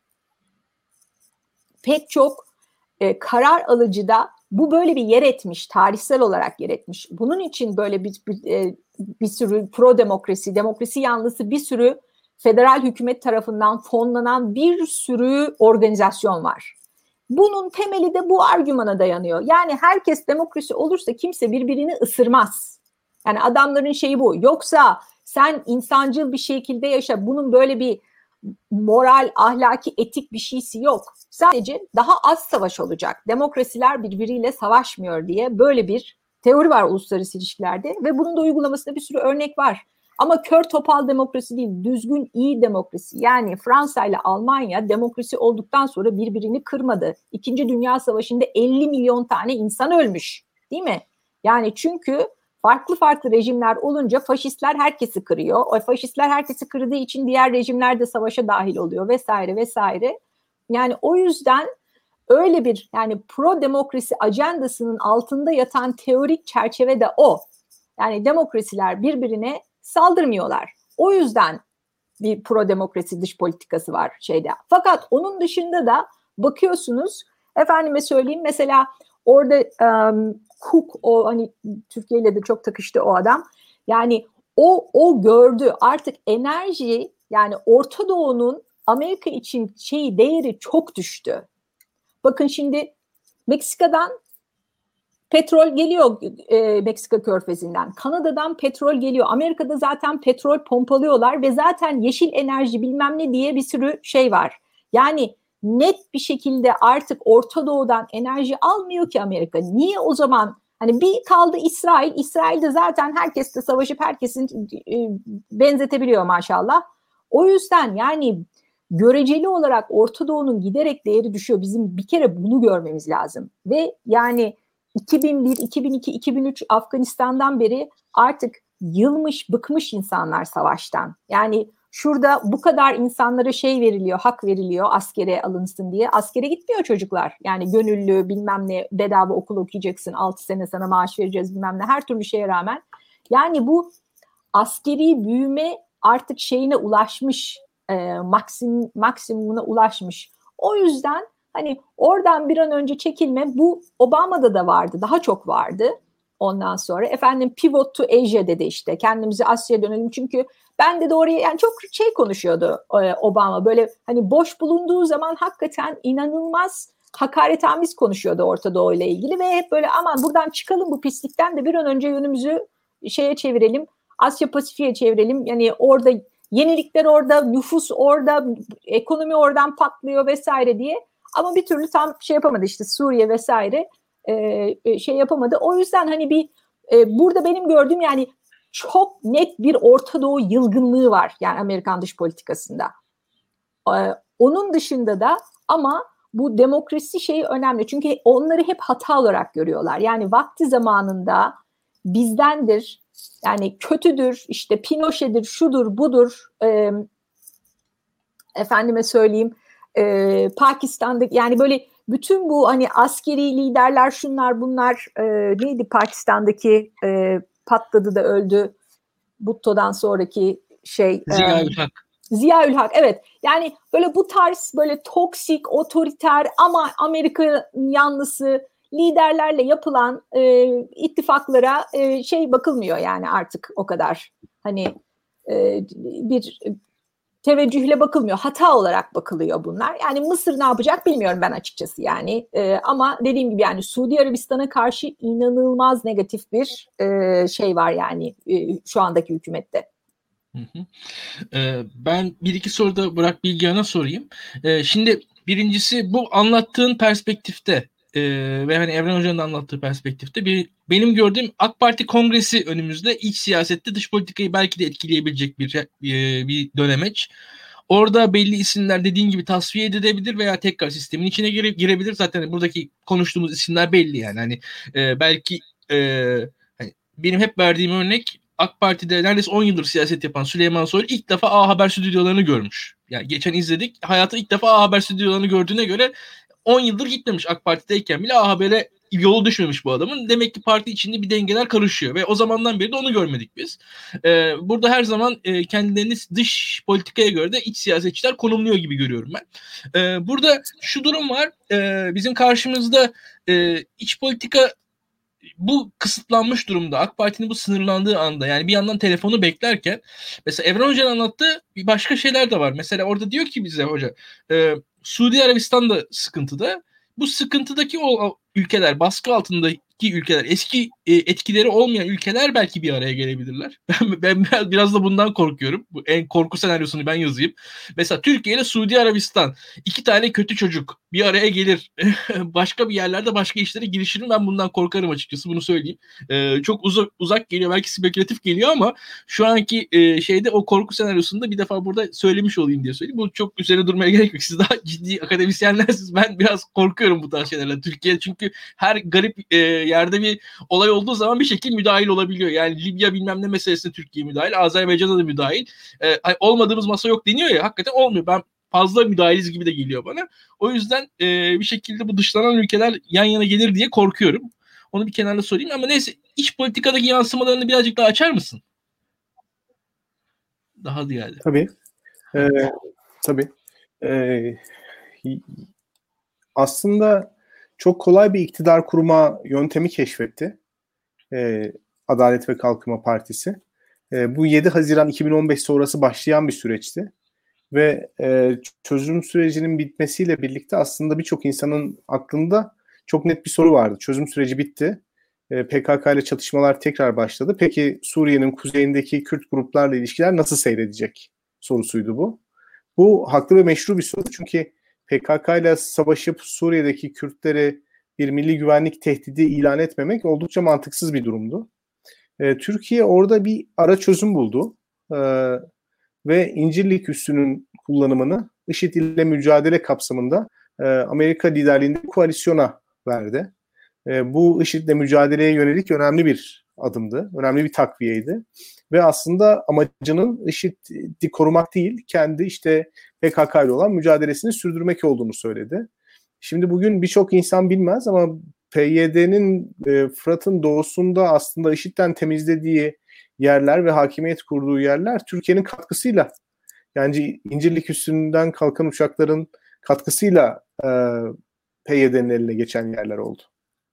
pek çok e, karar alıcıda bu böyle bir yer etmiş, tarihsel olarak yer etmiş. Bunun için böyle bir, bir, e, bir sürü pro demokrasi, demokrasi yanlısı bir sürü federal hükümet tarafından fonlanan bir sürü organizasyon var. Bunun temeli de bu argümana dayanıyor. Yani herkes demokrasi olursa kimse birbirini ısırmaz. Yani adamların şeyi bu. Yoksa sen insancıl bir şekilde yaşa. Bunun böyle bir moral, ahlaki, etik bir şeysi yok. Sadece daha az savaş olacak. Demokrasiler birbiriyle savaşmıyor diye böyle bir teori var uluslararası ilişkilerde ve bunun da uygulamasında bir sürü örnek var. Ama kör topal demokrasi değil, düzgün iyi demokrasi. Yani Fransa ile Almanya demokrasi olduktan sonra birbirini kırmadı. İkinci Dünya Savaşı'nda elli milyon tane insan ölmüş, değil mi? Yani çünkü farklı farklı rejimler olunca faşistler herkesi kırıyor. O faşistler herkesi kırdığı için diğer rejimler de savaşa dahil oluyor vesaire vesaire. Yani o yüzden öyle bir yani pro demokrasi ajandasının altında yatan teorik çerçeve de o. Yani demokrasiler birbirine saldırmıyorlar. O yüzden bir pro demokrasi dış politikası var şeyde. Fakat onun dışında da bakıyorsunuz, efendime söyleyeyim, mesela orada um, Cook, o hani Türkiye ile de çok takıştı o adam. Yani o o gördü artık enerji, yani Orta Doğu'nun Amerika için şeyi, değeri çok düştü. Bakın şimdi Meksika'dan petrol geliyor, e, Meksika Körfezi'nden. Kanada'dan petrol geliyor. Amerika'da zaten petrol pompalıyorlar ve zaten yeşil enerji bilmem ne diye bir sürü şey var. Yani net bir şekilde artık Orta Doğu'dan enerji almıyor ki Amerika. Niye o zaman? Hani bir kaldı İsrail. İsrail'de zaten herkes de savaşıp herkesin e, benzetebiliyor maşallah. O yüzden yani göreceli olarak Orta Doğu'nun giderek değeri düşüyor. Bizim bir kere bunu görmemiz lazım. Ve yani iki bin bir, iki bin iki, iki bin üç Afganistan'dan beri artık yılmış, bıkmış insanlar savaştan. Yani şurada bu kadar insanlara şey veriliyor, hak veriliyor askere alınsın diye. Askere gitmiyor çocuklar. Yani gönüllü bilmem ne, bedava okul okuyacaksın, altı sene sana maaş vereceğiz bilmem ne, her türlü şeye rağmen. Yani bu askeri büyüme artık şeyine ulaşmış, e, maksim, maksimumuna ulaşmış. O yüzden hani oradan bir an önce çekilme, bu Obama'da da vardı, daha çok vardı. Ondan sonra efendim pivot to Asia dedi, işte kendimizi Asya'ya dönelim, çünkü ben de, de oraya yani çok şey konuşuyordu e, Obama, böyle hani boş bulunduğu zaman hakikaten inanılmaz hakaretamiz konuşuyordu Orta Doğu ile ilgili ve hep böyle aman buradan çıkalım bu pislikten de bir an önce yönümüzü şeye çevirelim, Asya Pasifik'e çevirelim. Yani orada yenilikler, orada nüfus, orada ekonomi oradan patlıyor vesaire diye. Ama bir türlü tam şey yapamadı, işte Suriye vesaire e, şey yapamadı. O yüzden hani bir e, burada benim gördüğüm yani çok net bir Orta Doğu yılgınlığı var yani Amerikan dış politikasında. Ee, onun dışında da ama bu demokrasi şeyi önemli. Çünkü onları hep hata olarak görüyorlar. Yani vakti zamanında bizdendir, yani kötüdür, işte Pinochet'dir, şudur, budur, e, efendime söyleyeyim, e, Pakistan'daki yani böyle bütün bu hani askeri liderler şunlar bunlar e, neydi Pakistan'daki e, patladı da öldü Bhutto'dan sonraki şey. Ziya-ül Hak. Ziya-ül Hak, evet. Yani böyle bu tarz böyle toksik, otoriter ama Amerika'nın yanlısı liderlerle yapılan e, ittifaklara e, şey bakılmıyor yani artık o kadar. Hani e, bir teveccühle bakılmıyor. Hata olarak bakılıyor bunlar. Yani Mısır ne yapacak bilmiyorum ben açıkçası yani. E, ama dediğim gibi yani Suudi Arabistan'a karşı inanılmaz negatif bir e, şey var yani e, şu andaki hükümette. Hı hı. Ee, ben bir iki soruda Burak Bilgehan'a sorayım. Ee, şimdi birincisi bu anlattığın perspektifte e, ve hani Evren Hoca'nın anlattığı perspektifte bir benim gördüğüm AK Parti kongresi önümüzde iç siyasette dış politikayı belki de etkileyebilecek bir e, bir dönemeç. Orada belli isimler dediğin gibi tasfiye edilebilir veya tekrar sistemin içine gire, girebilir. Zaten buradaki konuştuğumuz isimler belli yani. Hani e, belki e, hani benim hep verdiğim örnek AK Parti'de neredeyse on yıldır siyaset yapan Süleyman Soylu ilk defa A Haber stüdyolarını görmüş. Yani geçen izledik. Hayatı ilk defa A Haber stüdyolarını gördüğüne göre on yıldır gitmemiş AK Parti'deyken bile A Haber'e yolu düşmemiş bu adamın. Demek ki parti içinde bir dengeler karışıyor ve o zamandan beri de onu görmedik biz. Ee, burada her zaman e, kendilerini dış politikaya göre de iç siyasetçiler konumluyor gibi görüyorum ben. Ee, burada şu durum var. Ee, bizim karşımızda e, iç politika bu kısıtlanmış durumda. AK Parti'nin bu sınırlandığı anda yani bir yandan telefonu beklerken mesela Evren Hoca'nın anlattığı bir başka şeyler de var. Mesela orada diyor ki bize hoca e, Suudi Arabistan da sıkıntıda. Bu sıkıntıdaki o ülkeler, baskı altındaki ülkeler, eski e, etkileri olmayan ülkeler belki bir araya gelebilirler. Ben, ben biraz, biraz da bundan korkuyorum. Bu en korku senaryosunu ben yazayım. Mesela Türkiye ile Suudi Arabistan iki tane kötü çocuk bir araya gelir. Başka bir yerlerde başka işlere girişirim. Ben bundan korkarım açıkçası. Bunu söyleyeyim. Ee, çok uzak uzak geliyor. Belki spekülatif geliyor ama şu anki e, şeyde o korku senaryosunda bir defa burada söylemiş olayım diye söyleyeyim. Bu çok üzerine durmaya gerek yok. Siz daha ciddi akademisyenlersiniz. Ben biraz korkuyorum bu tarz şeylerle. Türkiye çünkü her garip e, yerde bir olay olduğu zaman bir şekilde müdahil olabiliyor. Yani Libya bilmem ne meselesinde Türkiye müdahil. Azerbaycan'da da müdahil. E, olmadığımız masa yok deniyor ya. Hakikaten olmuyor. Ben fazla müdahiliz gibi de geliyor bana. O yüzden e, bir şekilde bu dışlanan ülkeler yan yana gelir diye korkuyorum. Onu bir kenarda sorayım ama neyse iç politikadaki yansımalarını birazcık daha açar mısın? Daha ziyade. Tabii. Ee, tabii. Ee, aslında çok kolay bir iktidar kurma yöntemi keşfetti ee, Adalet ve Kalkınma Partisi. Ee, bu yedi Haziran iki bin on beş sonrası başlayan bir süreçti. Ve e, çözüm sürecinin bitmesiyle birlikte aslında birçok insanın aklında çok net bir soru vardı. Çözüm süreci bitti. E, P K K ile çatışmalar tekrar başladı. Peki Suriye'nin kuzeyindeki Kürt gruplarla ilişkiler nasıl seyredecek sorusuydu bu. Bu haklı ve meşru bir soru. Çünkü P K K ile savaşıp Suriye'deki Kürtleri bir milli güvenlik tehdidi ilan etmemek oldukça mantıksız bir durumdu. E, Türkiye orada bir ara çözüm buldu. E, ve İncirlik üssünün kullanımını IŞİD ile mücadele kapsamında e, Amerika liderliğinde koalisyona verdi. E, bu IŞİD ile mücadeleye yönelik önemli bir adımdı, önemli bir takviyeydi. Ve aslında amacının IŞİD'i korumak değil, kendi işte P K K ile olan mücadelesini sürdürmek olduğunu söyledi. Şimdi bugün birçok insan bilmez ama P Y D'nin e, Fırat'ın doğusunda aslında IŞİD'den temizlediği yerler ve hakimiyet kurduğu yerler Türkiye'nin katkısıyla, yani İncirlik üssünden kalkan uçakların katkısıyla e, P Y D'nin eline geçen yerler oldu.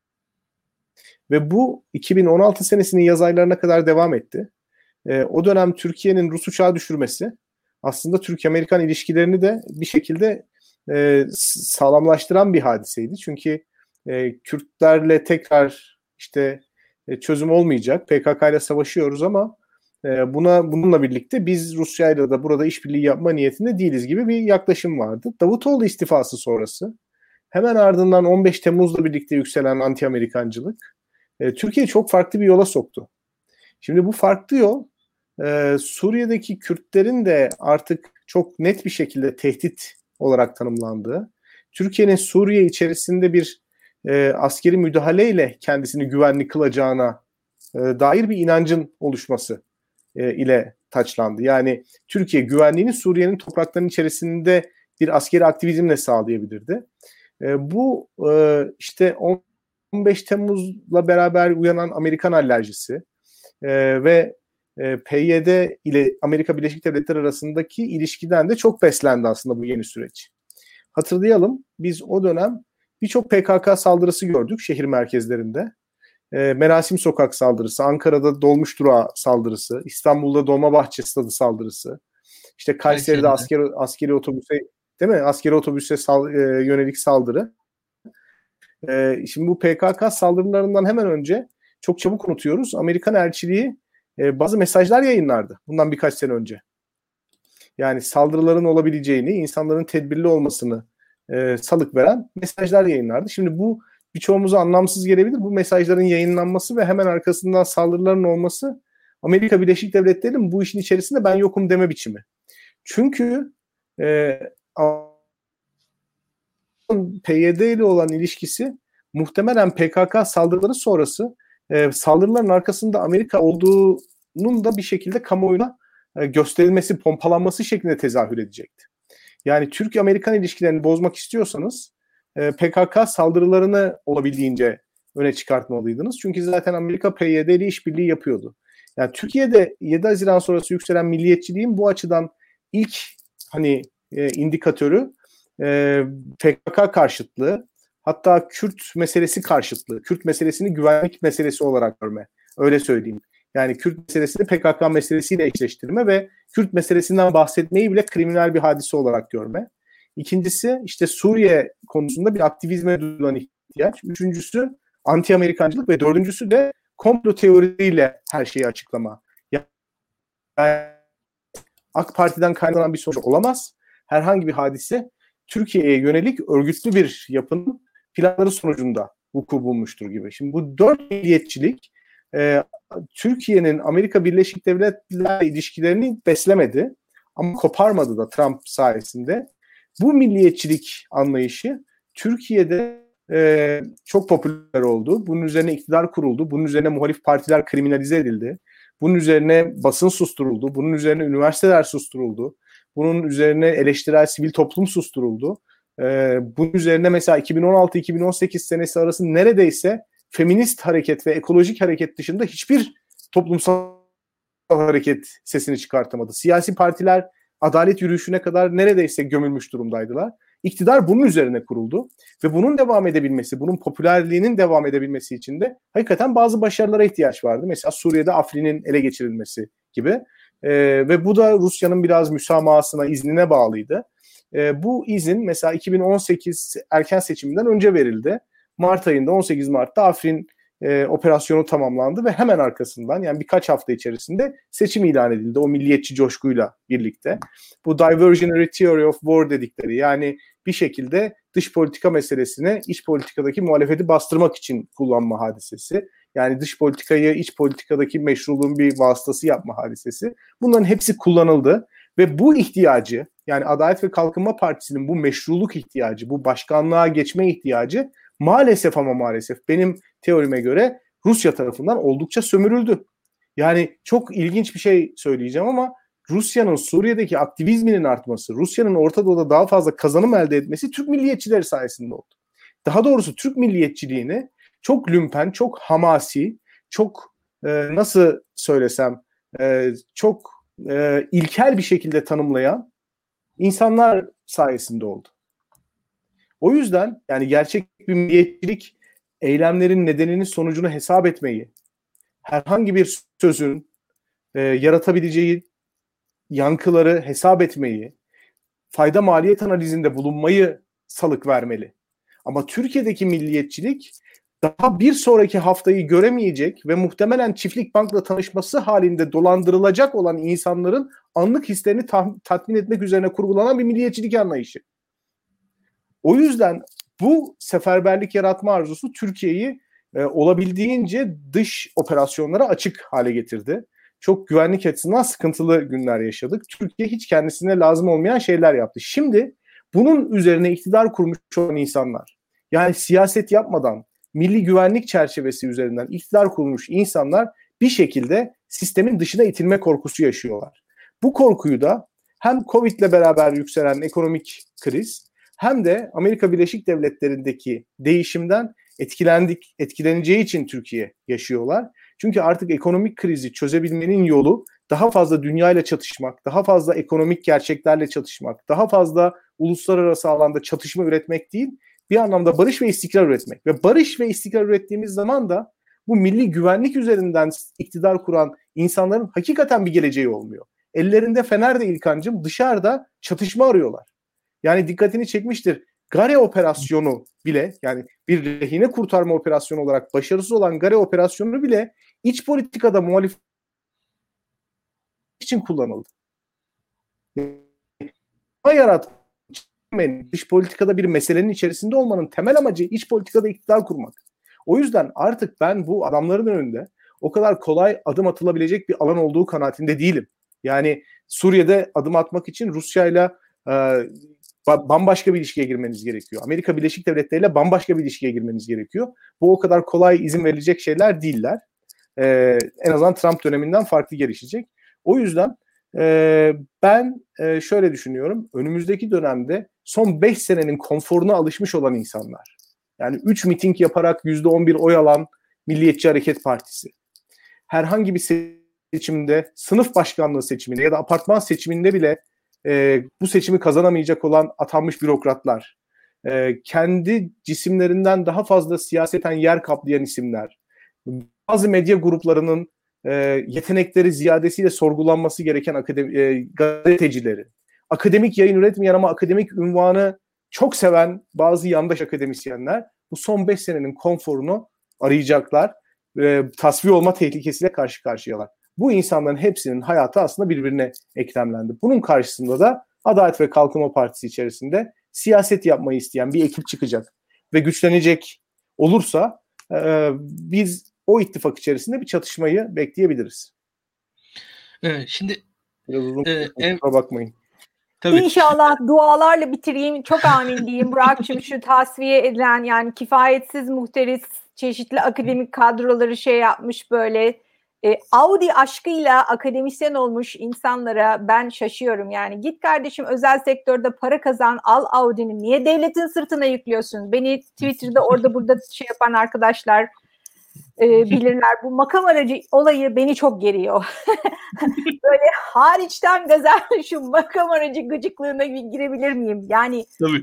Ve bu iki bin on altı senesinin yaz aylarına kadar devam etti. E, o dönem Türkiye'nin Rus uçağı düşürmesi aslında Türk-Amerikan ilişkilerini de bir şekilde e, sağlamlaştıran bir hadiseydi. Çünkü e, Kürtlerle tekrar işte e, çözüm olmayacak. P K K ile savaşıyoruz ama e, buna bununla birlikte biz Rusya'yla da burada işbirliği yapma niyetinde değiliz gibi bir yaklaşım vardı. Davutoğlu istifası sonrası hemen ardından on beş Temmuz'la birlikte yükselen anti-Amerikancılık e, Türkiye'yi çok farklı bir yola soktu. Şimdi bu farklı yol e, Suriye'deki Kürtlerin de artık çok net bir şekilde tehdit olarak tanımlandığı, Türkiye'nin Suriye içerisinde bir e, askeri müdahaleyle kendisini güvenli kılacağına e, dair bir inancın oluşması e, ile taçlandı. Yani Türkiye güvenliğini Suriye'nin topraklarının içerisinde bir askeri aktivizmle sağlayabilirdi. E, bu e, işte on beş Temmuz'la beraber uyanan Amerikan alerjisi e, ve e, P Y D ile Amerika Birleşik Devletleri arasındaki ilişkiden de çok beslendi aslında bu yeni süreç. Hatırlayalım, biz o dönem birçok P K K saldırısı gördük şehir merkezlerinde. E, Merasim Sokak saldırısı, Ankara'da Dolmuş Durağı saldırısı, İstanbul'da Dolmabahçe Stadı saldırısı, işte Kayseri'de askeri, askeri otobüse, değil mi? Askeri otobüse sal, e, yönelik saldırı. E, şimdi bu P K K saldırılarından hemen önce çok çabuk unutuyoruz. Amerikan elçiliği e, bazı mesajlar yayınlardı bundan birkaç sene önce. Yani saldırıların olabileceğini, insanların tedbirli olmasını e, salık veren mesajlar yayınlardı. Şimdi bu birçoğumuza anlamsız gelebilir. Bu mesajların yayınlanması ve hemen arkasından saldırıların olması Amerika Birleşik Devletleri'nin bu işin içerisinde ben yokum deme biçimi. Çünkü e, P Y D ile olan ilişkisi muhtemelen P K K saldırıları sonrası e, saldırıların arkasında Amerika olduğunun da bir şekilde kamuoyuna e, gösterilmesi, pompalanması şeklinde tezahür edecekti. Yani Türk-Amerikan ilişkilerini bozmak istiyorsanız e, P K K saldırılarını olabildiğince öne çıkartmalıydınız. Çünkü zaten Amerika P Y D ile işbirliği yapıyordu. Yani Türkiye'de yedi Haziran sonrası yükselen milliyetçiliğin bu açıdan ilk hani e, indikatörü e, P K K karşıtlığı, hatta Kürt meselesi karşıtlığı, Kürt meselesini güvenlik meselesi olarak görme. Öyle söyleyeyim. Yani Kürt meselesini P K K meselesiyle eşleştirme ve Kürt meselesinden bahsetmeyi bile kriminal bir hadise olarak görme. İkincisi işte Suriye konusunda bir aktivizme duyulan ihtiyaç. Üçüncüsü anti-Amerikancılık ve dördüncüsü de komplo teoriyle her şeyi açıklama. Yani AK Parti'den kaynaklanan bir sonuç olamaz. Herhangi bir hadise Türkiye'ye yönelik örgütlü bir yapının planları sonucunda vuku bulmuştur gibi. Şimdi bu dört milliyetçilik e, Türkiye'nin Amerika Birleşik Devletleri ilişkilerini beslemedi ama koparmadı da Trump sayesinde. Bu milliyetçilik anlayışı Türkiye'de e, çok popüler oldu. Bunun üzerine iktidar kuruldu. Bunun üzerine muhalif partiler kriminalize edildi. Bunun üzerine basın susturuldu. Bunun üzerine üniversiteler susturuldu. Bunun üzerine eleştirel sivil toplum susturuldu. Ee, bunun üzerine mesela iki bin on altı iki bin on sekiz senesi arası neredeyse feminist hareket ve ekolojik hareket dışında hiçbir toplumsal hareket sesini çıkartamadı. Siyasi partiler adalet yürüyüşüne kadar neredeyse gömülmüş durumdaydılar. İktidar bunun üzerine kuruldu ve bunun devam edebilmesi, bunun popülerliğinin devam edebilmesi için de hakikaten bazı başarılara ihtiyaç vardı. Mesela Suriye'de Afrin'in ele geçirilmesi gibi. Ee, ve bu da Rusya'nın biraz müsamahasına, iznine bağlıydı. Ee, bu izin mesela iki bin on sekiz erken seçiminden önce verildi. Mart ayında on sekiz Mart'ta Afrin e, operasyonu tamamlandı ve hemen arkasından yani birkaç hafta içerisinde seçim ilan edildi o milliyetçi coşkuyla birlikte. Bu diversionary theory of war dedikleri, yani bir şekilde dış politika meselesini iç politikadaki muhalefeti bastırmak için kullanma hadisesi. Yani dış politikayı iç politikadaki meşruluğun bir vasıtası yapma hadisesi. Bunların hepsi kullanıldı ve bu ihtiyacı, yani Adalet ve Kalkınma Partisi'nin bu meşruluk ihtiyacı, bu başkanlığa geçme ihtiyacı maalesef ama maalesef benim teorime göre Rusya tarafından oldukça sömürüldü. Yani çok ilginç bir şey söyleyeceğim ama Rusya'nın Suriye'deki aktivizminin artması, Rusya'nın Orta Doğu'da daha fazla kazanım elde etmesi Türk milliyetçileri sayesinde oldu. Daha doğrusu Türk milliyetçiliğini çok lümpen, çok hamasi, çok e, nasıl söylesem e, çok e, ilkel bir şekilde tanımlayan insanlar sayesinde oldu. O yüzden yani gerçek bir milliyetçilik eylemlerin nedenini sonucunu hesap etmeyi, herhangi bir sözün e, yaratabileceği yankıları hesap etmeyi, fayda maliyet analizinde bulunmayı salık vermeli. Ama Türkiye'deki milliyetçilik daha bir sonraki haftayı göremeyecek ve muhtemelen Çiftlik Bank'la tanışması halinde dolandırılacak olan insanların anlık hislerini ta- tatmin etmek üzerine kurgulanan bir milliyetçilik anlayışı. O yüzden bu seferberlik yaratma arzusu Türkiye'yi e, olabildiğince dış operasyonlara açık hale getirdi. Çok güvenlik açısından sıkıntılı günler yaşadık. Türkiye hiç kendisine lazım olmayan şeyler yaptı. Şimdi bunun üzerine iktidar kurmuş olan insanlar, yani siyaset yapmadan milli güvenlik çerçevesi üzerinden iktidar kurmuş insanlar bir şekilde sistemin dışına itilme korkusu yaşıyorlar. Bu korkuyu da hem Covid'le beraber yükselen ekonomik kriz hem de Amerika Birleşik Devletleri'ndeki değişimden etkilendik, etkileneceği için Türkiye yaşıyorlar. Çünkü artık ekonomik krizi çözebilmenin yolu daha fazla dünyayla çatışmak, daha fazla ekonomik gerçeklerle çatışmak, daha fazla uluslararası alanda çatışma üretmek değil, bir anlamda barış ve istikrar üretmek. Ve barış ve istikrar ürettiğimiz zaman da bu milli güvenlik üzerinden iktidar kuran insanların hakikaten bir geleceği olmuyor. Ellerinde fener de İlkancığım, dışarıda çatışma arıyorlar. Yani dikkatini çekmiştir. Gare operasyonu bile, yani bir rehine kurtarma operasyonu olarak başarısız olan Gare operasyonu bile iç politikada muhalif için kullanıldı. Yarat dış politikada bir meselenin içerisinde olmanın temel amacı iç politikada iktidar kurmak. O yüzden artık ben bu adamların önünde o kadar kolay adım atılabilecek bir alan olduğu kanaatinde değilim. Yani Suriye'de adım atmak için Rusya'yla e, bambaşka bir ilişkiye girmeniz gerekiyor. Amerika Birleşik Devletleri ile bambaşka bir ilişkiye girmeniz gerekiyor. Bu o kadar kolay izin verilecek şeyler değiller. Ee, en azından Trump döneminden farklı gelişecek. O yüzden e, ben e, şöyle düşünüyorum. Önümüzdeki dönemde son beş senenin konforuna alışmış olan insanlar, yani üç miting yaparak yüzde on bir oy alan Milliyetçi Hareket Partisi, herhangi bir seçimde, sınıf başkanlığı seçiminde ya da apartman seçiminde bile e, bu seçimi kazanamayacak olan atanmış bürokratlar, e, kendi cisimlerinden daha fazla siyaseten yer kaplayan isimler, bazı medya gruplarının e, yetenekleri ziyadesiyle sorgulanması gereken akademi, e, gazetecileri, akademik yayın üretmeyen ama akademik unvanı çok seven bazı yandaş akademisyenler bu son beş senenin konforunu arayacaklar. E, tasfiye olma tehlikesiyle karşı karşıyalar. Bu insanların hepsinin hayatı aslında birbirine eklemlendi. Bunun karşısında da Adalet ve Kalkınma Partisi içerisinde siyaset yapmayı isteyen bir ekip çıkacak ve güçlenecek olursa e, biz o ittifak içerisinde bir çatışmayı bekleyebiliriz. Evet, şimdi biraz uzun e, ev... bakmayın. Tabii. İnşallah dualarla bitireyim. Çok amin diyeyim. Burak'cığım, şu tasfiye edilen, yani kifayetsiz muhteris çeşitli akademik kadroları şey yapmış böyle. E, Audi aşkıyla akademisyen olmuş insanlara ben şaşıyorum. Yani git kardeşim, özel sektörde para kazan, al Audi'ni. Niye devletin sırtına yüklüyorsun? Beni Twitter'da orada burada şey yapan arkadaşlar e, bilirler. Bu makam aracı olayı beni çok geriyor. Böyle hariçten gazel şu makam aracı gıcıklığına girebilir miyim? Yani tabii,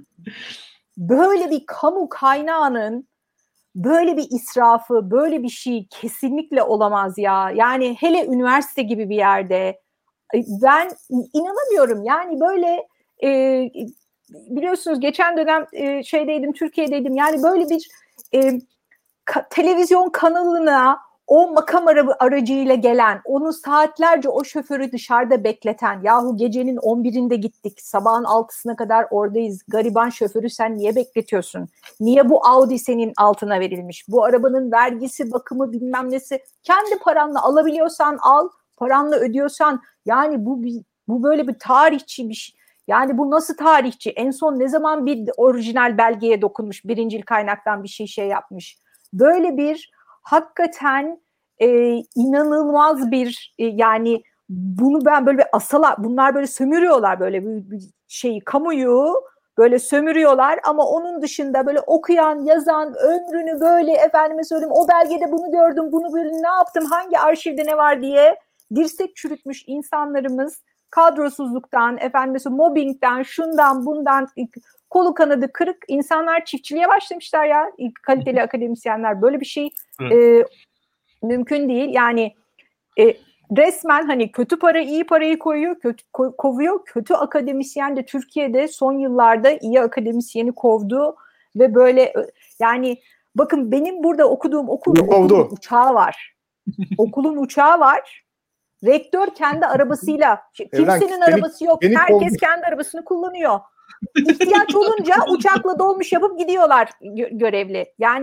böyle bir kamu kaynağının böyle bir israfı, böyle bir şey kesinlikle olamaz ya. Yani hele üniversite gibi bir yerde ben inanamıyorum. Yani böyle e, biliyorsunuz geçen dönem e, şeydeydim, Türkiye'deydim. Yani böyle bir e, ka- televizyon kanalına o makam aracıyla gelen, onu saatlerce o şoförü dışarıda bekleten, yahu gecenin on birinde gittik, sabahın altısına kadar oradayız, gariban şoförü sen niye bekletiyorsun? Niye bu Audi senin altına verilmiş? Bu arabanın vergisi, bakımı, bilmem nesi, kendi paranla alabiliyorsan al, paranla ödüyorsan, yani bu bu böyle bir tarihçi bir şey. Yani bu nasıl tarihçi? En son ne zaman bir orijinal belgeye dokunmuş, birincil kaynaktan bir şey şey yapmış? Böyle bir hakikaten e, inanılmaz bir e, yani bunu ben böyle bir asala, bunlar böyle sömürüyorlar, böyle bir, bir şeyi, kamuyu böyle sömürüyorlar ama onun dışında böyle okuyan, yazan, ömrünü böyle efendime söyleyeyim o belgede bunu gördüm, bunu böyle ne yaptım, hangi arşivde ne var diye dirsek çürütmüş insanlarımız kadrosuzluktan, efendime söyleyeyim mobbingden, şundan bundan kolu kanadı kırık insanlar çiftçiliğe başlamışlar ya, kaliteli akademisyenler. Böyle bir şey e, mümkün değil. Yani e, resmen hani kötü para iyi parayı koyuyor, kötü ko- kovuyor. Kötü akademisyen de Türkiye'de son yıllarda iyi akademisyeni kovdu ve böyle yani bakın benim burada okuduğum okulda okulun uçağı var. Okulun uçağı var. Rektör kendi arabasıyla, kimsenin Evren, arabası beni, yok. Beni herkes kovdu. Kendi arabasını kullanıyor. İhtiyaç olunca uçakla dolmuş yapıp gidiyorlar gö- görevli. Yani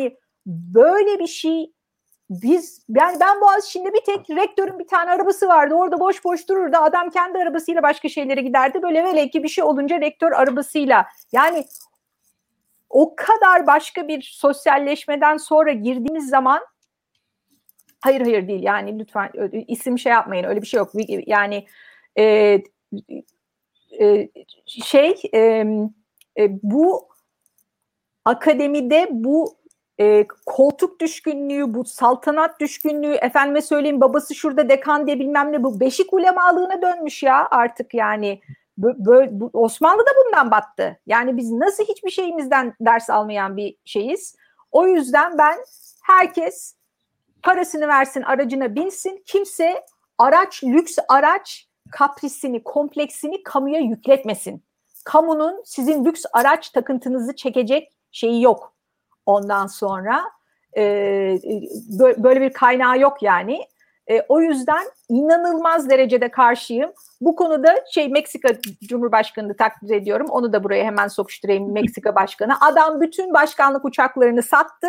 böyle bir şey biz yani ben Boğaziçi'nde bir tek rektörün bir tane arabası vardı. Orada boş boş dururdu. Adam kendi arabasıyla başka şeylere giderdi. Böyle velev ki bir şey olunca rektör arabasıyla. Yani o kadar başka bir sosyalleşmeden sonra girdiğimiz zaman hayır hayır değil yani lütfen isim şey yapmayın öyle bir şey yok. Yani e, e, şey e, e, bu akademide bu E, koltuk düşkünlüğü, bu saltanat düşkünlüğü, efendime söyleyeyim babası şurada dekan diye bilmem ne bu beşik ulemalığına dönmüş ya artık yani. Böyle, bu, Osmanlı da bundan battı. Yani biz nasıl hiçbir şeyimizden ders almayan bir şeyiz. O yüzden ben herkes parasını versin, aracına binsin. Kimse araç, lüks araç kaprisini, kompleksini kamuya yükletmesin. Kamunun sizin lüks araç takıntınızı çekecek şeyi yok. Ondan sonra e, böyle bir kaynağı yok yani. E, o yüzden inanılmaz derecede karşıyım. Bu konuda şey Meksika Cumhurbaşkanı'nı takdir ediyorum. Onu da buraya hemen sokuşturayım Meksika Başkanı. Adam bütün başkanlık uçaklarını sattı.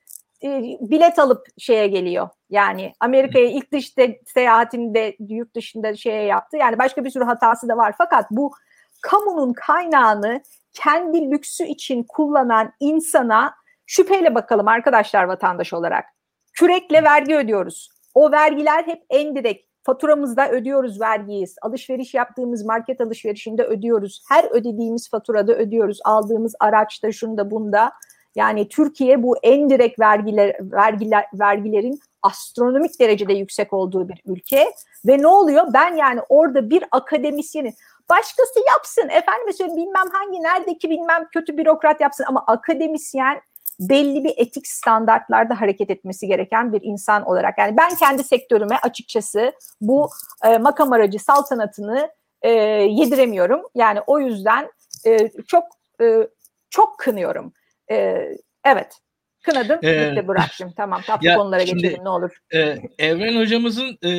E, bilet alıp şeye geliyor. Yani Amerika'ya ilk dış de, seyahatinde yurt dışında şeye yaptı. Yani başka bir sürü hatası da var. Fakat bu kamunun kaynağını kendi lüksü için kullanan insana şüpheyle bakalım arkadaşlar vatandaş olarak. Kürekle vergi ödüyoruz. O vergiler hep endirekt. Faturamızda ödüyoruz vergiyi. Alışveriş yaptığımız market alışverişinde ödüyoruz. Her ödediğimiz faturada ödüyoruz. Aldığımız araçta, şunda, bunda. Yani Türkiye bu endirekt vergiler, vergiler, vergilerin astronomik derecede yüksek olduğu bir ülke. Ve ne oluyor? Ben yani orada bir akademisyenin başkası yapsın. Efendim söyleyeyim bilmem hangi, neredeki bilmem kötü bürokrat yapsın. Ama akademisyen belli bir etik standartlarda hareket etmesi gereken bir insan olarak. Yani ben kendi sektörüme açıkçası bu e, makam aracı saltanatını e, yediremiyorum. Yani o yüzden e, çok e, çok kınıyorum. E, evet. Kınadım, Ee, bitti bıraktım. Tamam, tatlı konulara şimdi, geçelim ne olur. E, Evren hocamızın e,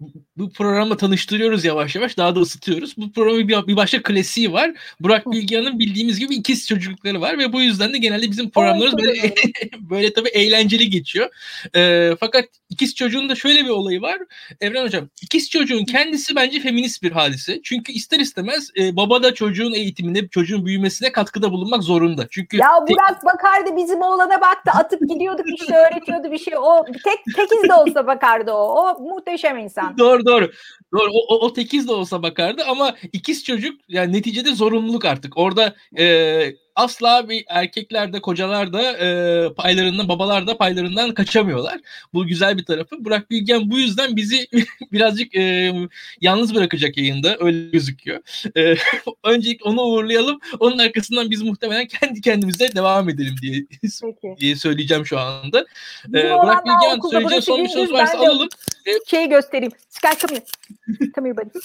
bu programla tanıştırıyoruz yavaş yavaş. Daha da ısıtıyoruz. Bu programın bir, bir başka klasiği var. Burak Bilgehan'ın bildiğimiz gibi ikiz çocukları var ve bu yüzden de genelde bizim programlarımız böyle, böyle tabii eğlenceli geçiyor. E, fakat ikiz çocuğun da şöyle bir olayı var. Evren hocam, ikiz çocuğun kendisi bence feminist bir hadise. Çünkü ister istemez e, baba da çocuğun eğitimine, çocuğun büyümesine katkıda bulunmak zorunda. Çünkü ya Burak bakardı bizim oğlana baktı, atıp gidiyorduk işte, öğretiyordu bir şey. O tek tekiz de olsa bakardı o. O muhteşem insan. Doğru doğru. Doğru. O, o, o tekiz de olsa bakardı ama ikiz çocuk yani neticede zorunluluk artık. Orada e, asla bir erkekler de kocalar da e, paylarından, babalar da paylarından kaçamıyorlar. Bu güzel bir tarafı. Burak Bilgehan bu yüzden bizi birazcık e, yalnız bırakacak yayında. Öyle gözüküyor. E, öncelikle onu uğurlayalım. Onun arkasından biz muhtemelen kendi kendimize devam edelim diye, diye söyleyeceğim şu anda. E, Burak Bilgehan söyleyeceği son bir söz varsa alalım. Şeyi göstereyim. Sky come here. Come here buddy.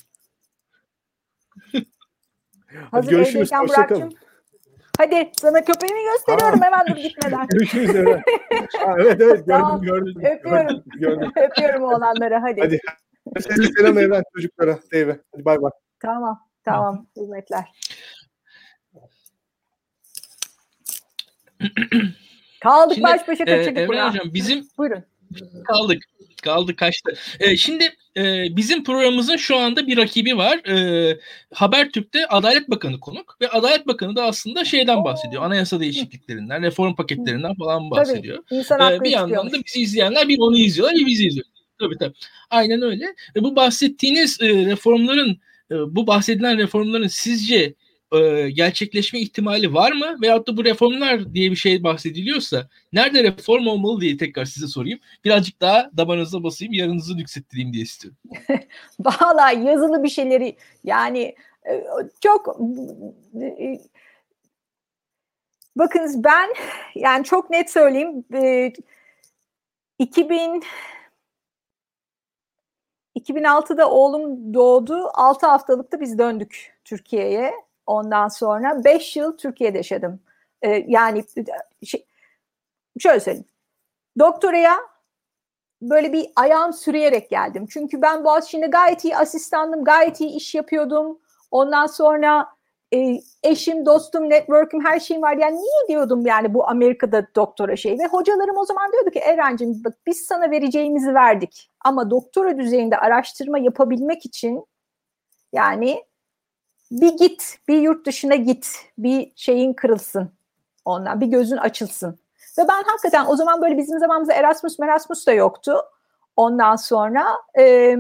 Hazır görüşürüz. Burak'cığım. Hadi sana köpeğimi gösteriyorum. Aa, hemen dur gitmeden. Görüşürüz evet. Aa, evet evet gördüm tamam. gördüm. Öpüyorum. Gördüm. Öpüyorum oğlanları hadi. Hadi. Selam Evren çocuklara. Deyve. Hadi bay bay. Tamam. Tamam. Hürmetler. Kaldık Şimdi, baş başa kaçırdık. E, Evren hocam bizim buyurun. Kaldık. Kaldı kaçtı. Ee, şimdi e, bizim programımızın şu anda bir rakibi var. E, Habertürk'te Adalet Bakanı konuk ve Adalet Bakanı da aslında şeyden bahsediyor. Anayasa değişikliklerinden, reform paketlerinden falan bahsediyor. Tabii, e, bir yandan da bizi izleyenler bir onu izliyorlar, bir bizi izliyor. Tabii tabii. Aynen öyle. E, bu bahsettiğiniz e, reformların, e, bu bahsedilen reformların sizce e, gerçekleşme ihtimali var mı? Veyahut da bu reformlar diye bir şey bahsediliyorsa nerede reform olmalı diye tekrar size sorayım. Birazcık daha damarınıza basayım, yarınızı yükselttireyim diye istiyorum. Vallahi yazılı bir şeyleri yani çok bakınız ben yani çok net söyleyeyim iki bin iki bin altıda oğlum doğdu. altı haftalıkta biz döndük Türkiye'ye. Ondan sonra beş yıl Türkiye'de yaşadım. Ee, yani şey, şöyle söyleyeyim. Doktoraya böyle bir ayağım sürüyerek geldim. Çünkü ben Boğaziçi'nde gayet iyi asistandım, gayet iyi iş yapıyordum. Ondan sonra e, eşim, dostum, network'üm, her şeyim var. Yani niye diyordum yani bu Amerika'da doktora şey. Ve hocalarım o zaman diyordu ki Erencim bak biz sana vereceğimizi verdik. Ama doktora düzeyinde araştırma yapabilmek için yani bir git, bir yurt dışına git, bir şeyin kırılsın ondan, bir gözün açılsın. Ve ben hakikaten o zaman böyle bizim zamanımızda Erasmus, Erasmus da yoktu. Ondan sonra e,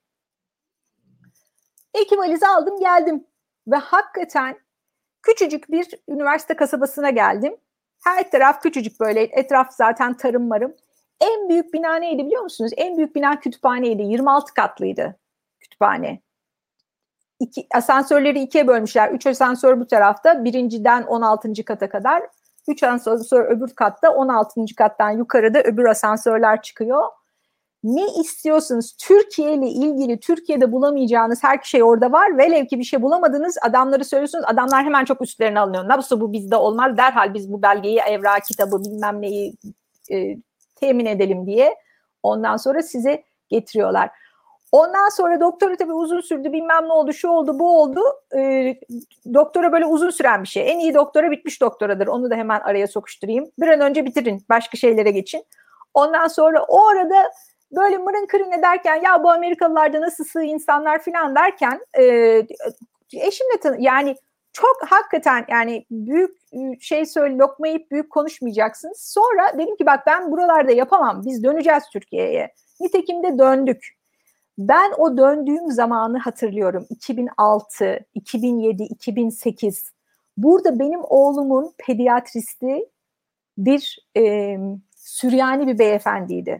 iki valizi aldım geldim. Ve hakikaten küçücük bir üniversite kasabasına geldim. Her taraf küçücük böyle, etraf zaten tarım marım. En büyük bina neydi biliyor musunuz? En büyük bina kütüphaneydi. yirmi altı katlıydı kütüphane. İki, asansörleri ikiye bölmüşler. Üç asansör bu tarafta. Birinciden on altıncı kata kadar. Üç asansör öbür katta. on altıncı kattan yukarıda öbür asansörler çıkıyor. Ne istiyorsunuz? Türkiye ile ilgili Türkiye'de bulamayacağınız her şey orada var. Velev ki bir şey bulamadınız, adamları söylüyorsunuz. Adamlar hemen çok üstlerine alınıyor. Nasıl bu bizde olmaz? Derhal biz bu belgeyi, evrak, kitabı bilmem neyi e, temin edelim diye. Ondan sonra size getiriyorlar. Ondan sonra doktora tabii uzun sürdü. Bilmem ne oldu, şu oldu, bu oldu. E, doktora böyle uzun süren bir şey. En iyi doktora bitmiş doktoradır. Onu da hemen araya sokuşturayım. Bir an önce bitirin. Başka şeylere geçin. Ondan sonra o arada böyle mırın kırın ederken ya bu Amerikalılarda nasıl sığ insanlar falan derken e, eşimle tanı yani çok hakikaten yani büyük şey söyle lokma yiyip büyük konuşmayacaksınız. Sonra dedim ki bak ben buralarda yapamam. Biz döneceğiz Türkiye'ye. Nitekim de döndük. Ben o döndüğüm zamanı hatırlıyorum. iki bin altı, iki bin yedi, iki bin sekiz. Burada benim oğlumun pediatristi bir e, Süryani bir beyefendiydi.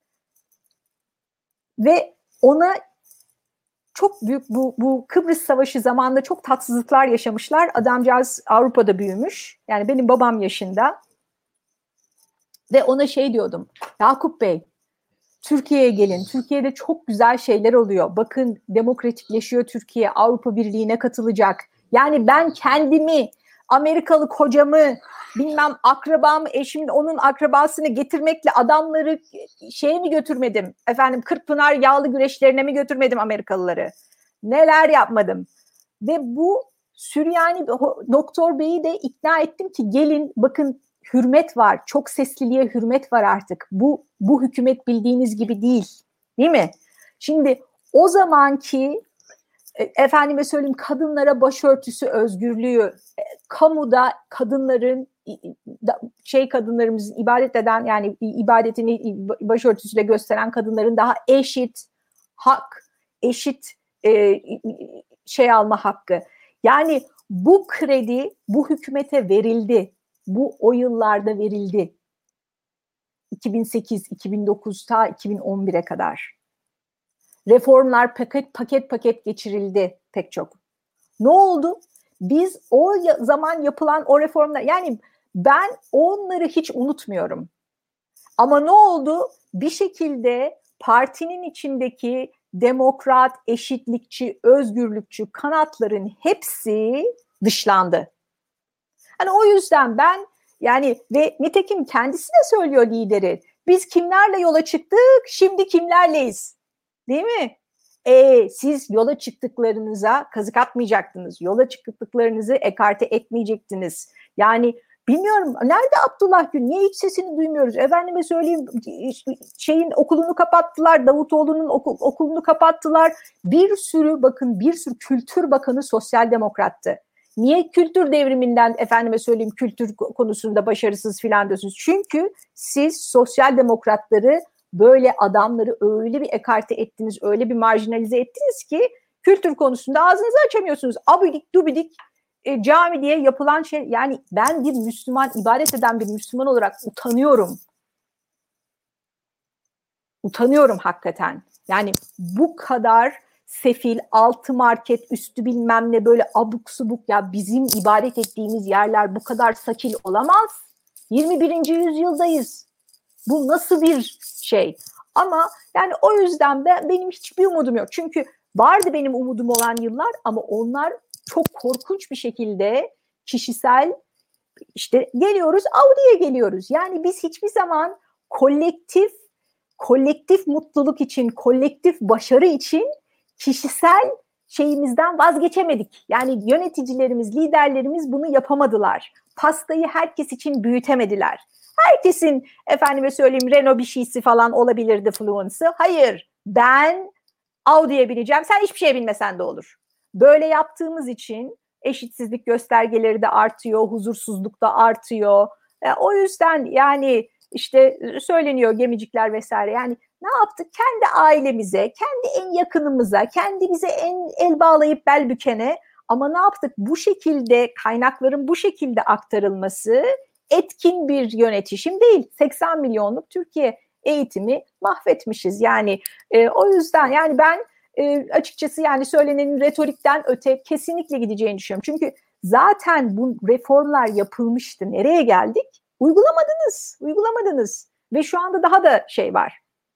Ve ona çok büyük bu, bu Kıbrıs Savaşı zamanında çok tatsızlıklar yaşamışlar. Adamcağız Avrupa'da büyümüş. Yani benim babam yaşında. Ve ona şey diyordum. Yakup Bey, Türkiye'ye gelin. Türkiye'de çok güzel şeyler oluyor. Bakın demokratikleşiyor Türkiye. Avrupa Birliği'ne katılacak. Yani ben kendimi, Amerikalı kocamı, bilmem akrabamı, eşimin onun akrabasını getirmekle adamları şeye mi götürmedim? Efendim Kırkpınar yağlı güreşlerine mi götürmedim Amerikalıları? Neler yapmadım? Ve bu Süryani doktor beyi de ikna ettim ki gelin bakın hürmet var. Çok sesliliğe hürmet var artık. Bu bu hükümet bildiğiniz gibi değil. Değil mi? Şimdi o zamanki efendime söyleyeyim kadınlara başörtüsü özgürlüğü, kamuda kadınların şey kadınlarımızın ibadet eden yani ibadetini başörtüsüyle gösteren kadınların daha eşit hak, eşit e, şey alma hakkı. Yani bu kredi bu hükümete verildi. Bu o yıllarda verildi. iki bin sekiz, iki bin dokuz ta iki bin on bire kadar. Reformlar paket paket paket geçirildi pek çok. Ne oldu? Biz o zaman yapılan o reformlar yani ben onları hiç unutmuyorum. Ama ne oldu? Bir şekilde partinin içindeki demokrat, eşitlikçi, özgürlükçü kanatların hepsi dışlandı. Hani o yüzden ben yani ve nitekim kendisi de söylüyor lideri. Biz kimlerle yola çıktık, şimdi kimlerleyiz? Değil mi? E, siz yola çıktıklarınıza kazık atmayacaktınız. Yola çıktıklarınızı ekarte etmeyecektiniz. Yani bilmiyorum nerede Abdullah Gül? Niye hiç sesini duymuyoruz? Efendime söyleyeyim şeyin okulunu kapattılar. Davutoğlu'nun okul, okulunu kapattılar. Bir sürü bakın bir sürü Kültür Bakanı sosyal demokrattı. Niye kültür devriminden efendime söyleyeyim kültür konusunda başarısız filan diyorsunuz? Çünkü siz sosyal demokratları böyle adamları öyle bir ekarte ettiniz, öyle bir marjinalize ettiniz ki kültür konusunda ağzınızı açamıyorsunuz. Abidik dubidik e, cami diye yapılan şey yani ben bir Müslüman, ibadet eden bir Müslüman olarak utanıyorum. Utanıyorum hakikaten. Yani bu kadar sefil, altı market, üstü bilmem ne böyle abuk subuk ya bizim ibadet ettiğimiz yerler bu kadar sakil olamaz. yirmi birinci yüzyıldayız. Bu nasıl bir şey? Ama yani o yüzden ben, benim hiçbir umudum yok. Çünkü vardı benim umudum olan yıllar ama onlar çok korkunç bir şekilde kişisel işte geliyoruz Audi'ye geliyoruz. Yani biz hiçbir zaman kolektif kolektif mutluluk için, kolektif başarı için kişisel şeyimizden vazgeçemedik. Yani yöneticilerimiz, liderlerimiz bunu yapamadılar. Pastayı herkes için büyütemediler. Herkesin efendime söyleyeyim Renault bir şeysi falan olabilirdi, Fluence'ı. Hayır, ben Audi'ye bineceğim, sen hiçbir şey bilmesen de olur. Böyle yaptığımız için eşitsizlik göstergeleri de artıyor, huzursuzluk da artıyor. E, o yüzden yani işte söyleniyor gemicikler vesaire. Yani ne yaptık? Kendi ailemize, kendi en yakınımıza, kendimize en el bağlayıp bel bükene, ama ne yaptık? Bu şekilde kaynakların bu şekilde aktarılması etkin bir yönetişim değil. seksen milyonluk Türkiye eğitimi mahvetmişiz. Yani e, o yüzden yani ben e, açıkçası yani söylenenin retorikten öte kesinlikle gideceğini düşünüyorum. Çünkü zaten bu reformlar yapılmıştı. Nereye geldik? Uygulamadınız, uygulamadınız. Ve şu anda daha da şey var.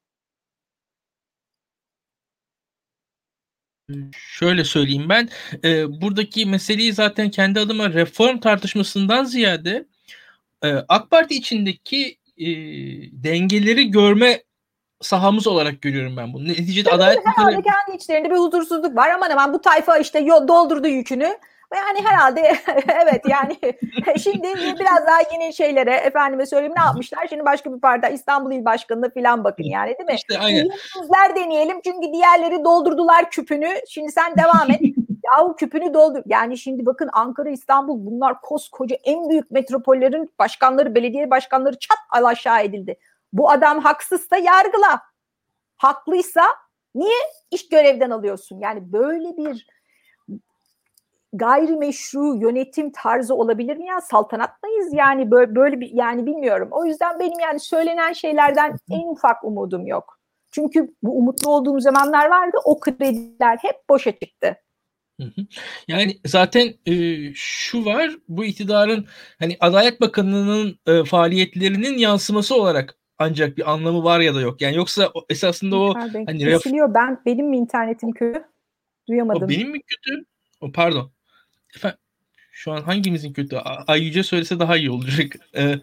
Şöyle söyleyeyim ben, e, buradaki meseleyi zaten kendi adıma reform tartışmasından ziyade e, AK Parti içindeki e, dengeleri görme sahamız olarak görüyorum ben bunu. Neticede Tabii Adalet herhalde Bakanı... kendi içlerinde bir huzursuzluk var. Aman aman bu tayfa işte yol, doldurdu yükünü. Yani herhalde evet yani şimdi biraz daha yeni şeylere efendime söyleyeyim ne yapmışlar? Şimdi başka bir parti İstanbul İl Başkanı'na falan bakın yani değil mi? İşte aynen. Yüzler deneyelim çünkü diğerleri doldurdular küpünü. Şimdi sen devam et. Yahu küpünü doldur. Yani şimdi bakın Ankara, İstanbul bunlar koskoca en büyük metropollerin başkanları, belediye başkanları çat alaşağı edildi. Bu adam haksızsa yargıla. Haklıysa niye iş görevden alıyorsun? Yani böyle bir gayrimeşru yönetim tarzı olabilir mi ya? Saltanat mıyız yani böyle, böyle bir yani bilmiyorum. O yüzden benim yani söylenen şeylerden en ufak umudum yok. Çünkü bu umutlu olduğum zamanlar vardı. O krediler hep boşa çıktı. Yani zaten e, şu var, bu iktidarın hani Adalet Bakanlığı'nın e, faaliyetlerinin yansıması olarak ancak bir anlamı var ya da yok. Yani yoksa o, esasında o Bey, hani kesiliyor. Ben benim mi internetim kötü? Duyamadım. O benim mi kötü? O pardon. Efendim, şu an hangimizin kötü? Ay Yüce söylese daha iyi olacak. Ee,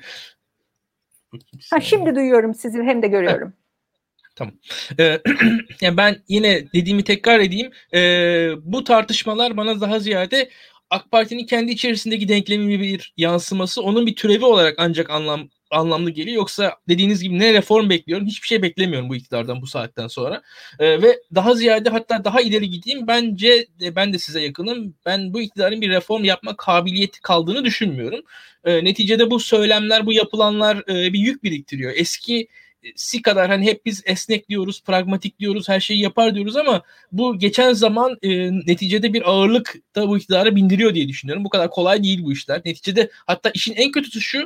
ha, şimdi duyuyorum sizi hem de görüyorum. Tamam. Ee, yani ben yine dediğimi tekrar edeyim. Ee, bu tartışmalar bana daha ziyade AK Parti'nin kendi içerisindeki denklemin bir yansıması, onun bir türevi olarak ancak anlam anlamlı geliyor. Yoksa dediğiniz gibi ne reform bekliyorum, hiçbir şey beklemiyorum bu iktidardan bu saatten sonra. Ee, ve daha ziyade hatta daha ileri gideyim. Bence de, ben de size yakınım. Ben bu iktidarın bir reform yapma kabiliyeti kaldığını düşünmüyorum. Ee, neticede bu söylemler, bu yapılanlar e, bir yük biriktiriyor. Eski si kadar hani hep biz esnek diyoruz, pragmatik diyoruz, her şeyi yapar diyoruz ama bu geçen zaman e, neticede bir ağırlık da bu iktidara bindiriyor diye düşünüyorum. Bu kadar kolay değil bu işler. Neticede hatta işin en kötüsü şu,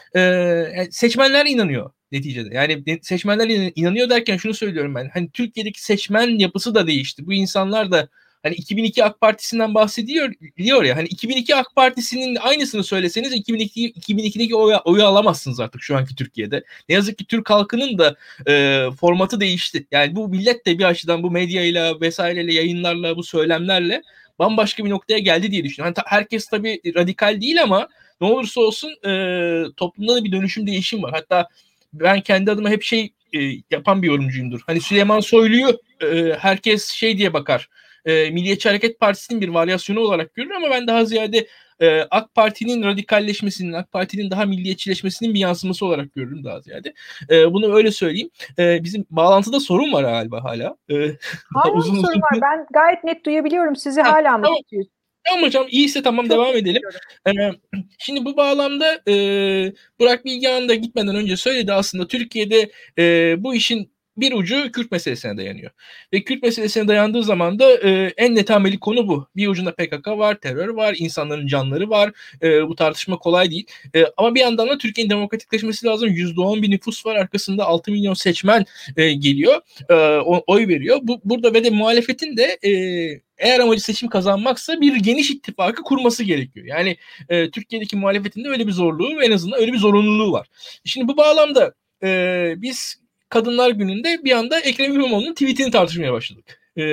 e, seçmenler inanıyor neticede. Yani seçmenler inanıyor derken şunu söylüyorum ben. Hani Türkiye'deki seçmen yapısı da değişti. Bu insanlar da hani iki bin iki AK Partisi'nden bahsediyor diyor ya, hani iki bin iki AK Partisi'nin aynısını söyleseniz iki bin iki, iki bin ikideki oyu, oyu alamazsınız artık şu anki Türkiye'de. Ne yazık ki Türk halkının da e, formatı değişti. Yani bu millet de bir açıdan bu medyayla vesaireyle, yayınlarla, bu söylemlerle bambaşka bir noktaya geldi diye düşünüyorum. Hani herkes tabii radikal değil ama ne olursa olsun e, toplumda da bir dönüşüm, değişim var. Hatta ben kendi adıma hep şey e, yapan bir yorumcuyumdur. Hani Süleyman Soylu'yu e, herkes şey diye bakar. E, Milliyetçi Hareket Partisi'nin bir varyasyonu olarak görür ama ben daha ziyade e, AK Parti'nin radikalleşmesinin, AK Parti'nin daha milliyetçileşmesinin bir yansıması olarak görürüm daha ziyade. E, bunu öyle söyleyeyim. E, bizim bağlantıda sorun var galiba hala. E, hala uzun sorun uzun var. Ben gayet net duyabiliyorum sizi. Ha, hala mı tamam. tutuyorsunuz? Tamam hocam, iyiyse tamam, Çok devam edelim. Ee, şimdi bu bağlamda e, Burak Bilgehan da gitmeden önce söyledi, aslında Türkiye'de e, bu işin bir ucu Kürt meselesine dayanıyor. Ve Kürt meselesine dayandığı zaman da e, en netameli konu bu. Bir ucunda P K K var, terör var, insanların canları var. E, bu tartışma kolay değil. E, ama bir yandan da Türkiye'nin demokratikleşmesi lazım. yüzde on bir nüfus var, arkasında altı milyon seçmen e, geliyor. E, oy veriyor. Bu, burada ve de muhalefetin de e, eğer amacı seçim kazanmaksa bir geniş ittifakı kurması gerekiyor. Yani e, Türkiye'deki muhalefetin de öyle bir zorluğu ve en azından öyle bir zorunluluğu var. Şimdi bu bağlamda e, biz Kadınlar Günü'nde bir anda Ekrem İmamoğlu'nun tweetini tartışmaya başladık. E,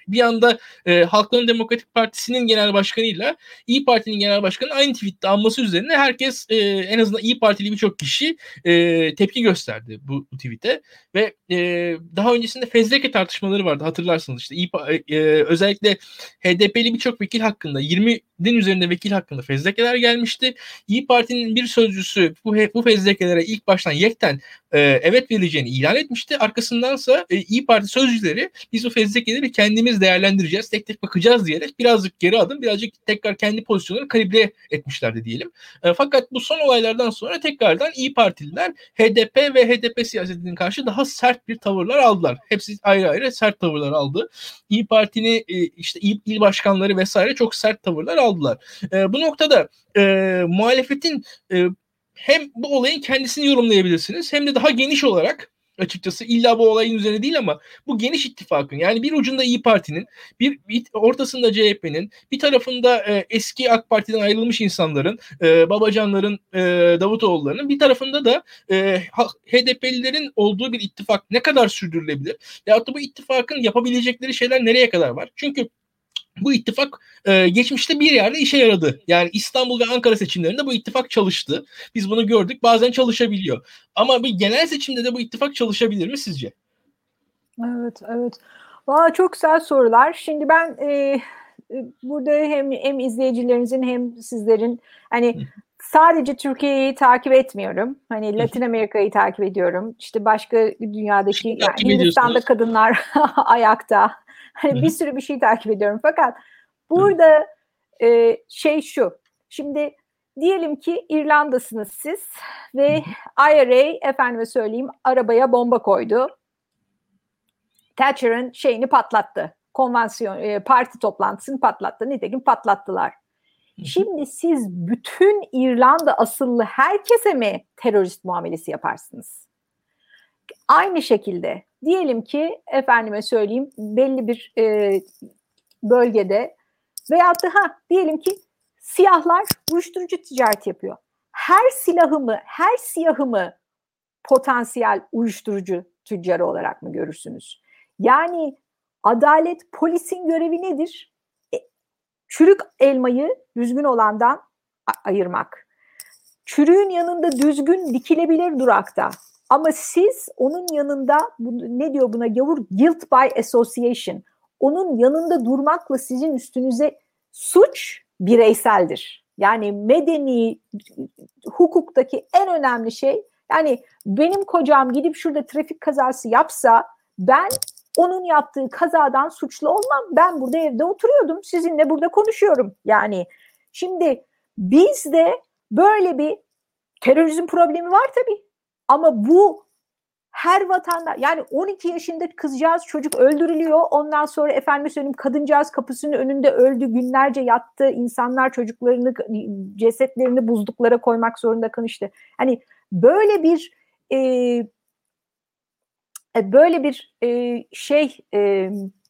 Bir anda e, Halkların Demokratik Partisi'nin genel başkanıyla İyi Parti'nin genel başkanı aynı tweette anması üzerine herkes e, en azından İyi Partili birçok kişi e, tepki gösterdi bu, bu tweete ve e, daha öncesinde fezleke tartışmaları vardı, hatırlarsınız işte İyi, e, özellikle H D P'li birçok vekil hakkında yirminin üzerinde vekil hakkında fezlekeler gelmişti. İyi Parti'nin bir sözcüsü bu, bu fezlekelere ilk baştan yekten e, evet verileceğini ilan etmişti. Arkasındansa e, İyi Parti sözcüleri biz bu fezlekeleri kendimiz değerlendireceğiz, tek tek bakacağız diyerek birazcık geri adım, birazcık tekrar kendi pozisyonlarını kalibre etmişlerdi diyelim. E, fakat bu son olaylardan sonra tekrardan İyi Partililer H D P ve H D P siyasetinin karşı daha sert bir tavırlar aldılar. Hepsi ayrı ayrı sert tavırlar aldı. İyi Parti'nin e, işte il, il başkanları vesaire çok sert tavırlar aldılar. E, bu noktada e, muhalefetin e, hem bu olayın kendisini yorumlayabilirsiniz hem de daha geniş olarak, açıkçası illa bu olayın üzerine değil ama bu geniş ittifakın, yani bir ucunda İyi Parti'nin, bir, bir ortasında C H P'nin, bir tarafında e, eski AK Parti'den ayrılmış insanların, e, Babacanların, e, Davutoğullarının, bir tarafında da e, H D P'lilerin olduğu bir ittifak ne kadar sürdürülebilir? Ya da bu ittifakın yapabilecekleri şeyler nereye kadar var? Çünkü bu ittifak e, geçmişte bir yerde işe yaradı. Yani İstanbul ve Ankara seçimlerinde bu ittifak çalıştı. Biz bunu gördük. Bazen çalışabiliyor. Ama bir genel seçimde de bu ittifak çalışabilir mi sizce? Evet, evet. Valla çok güzel sorular. Şimdi ben e, burada hem hem izleyicilerinizin hem sizlerin hani sadece Türkiye'yi takip etmiyorum. Hani Latin Amerika'yı takip ediyorum. İşte başka dünyadaki, yani Hindistan'da kadınlar ayakta. Hani bir sürü bir şey takip ediyorum. Fakat burada e, şey şu. Şimdi diyelim ki İrlanda'sınız siz ve I R A, efendime söyleyeyim, arabaya bomba koydu. Thatcher'ın şeyini patlattı. Konvansiyon, e, parti toplantısını patlattı. Nitekim patlattılar. Şimdi siz bütün İrlanda asıllı herkese mi terörist muamelesi yaparsınız? Aynı şekilde diyelim ki efendime söyleyeyim belli bir e, bölgede veyahut da ha, diyelim ki siyahlar uyuşturucu ticareti yapıyor. Her silahımı, her siyahımı potansiyel uyuşturucu tüccarı olarak mı görürsünüz? Yani adalet, polisin görevi nedir? E, çürük elmayı düzgün olandan a- ayırmak. Çürüğün yanında düzgün dikilebilir durakta. Ama siz onun yanında, ne diyor buna gavur? Guilt by association. Onun yanında durmakla sizin üstünüze suç bireyseldir. Yani medeni hukuktaki en önemli şey, yani benim kocam gidip şurada trafik kazası yapsa ben onun yaptığı kazadan suçlu olmam. Ben burada evde oturuyordum. Sizinle burada konuşuyorum. Yani şimdi bizde böyle bir terörizm problemi var tabii. Ama bu her vatandaş, yani on iki yaşında kızcağız çocuk öldürülüyor. Ondan sonra efendim söyleyeyim kadıncağız kapısının önünde öldü. Günlerce yattı. İnsanlar çocuklarını, cesetlerini buzluklara koymak zorunda kalmıştı. Hani böyle bir e, böyle bir e, şey e,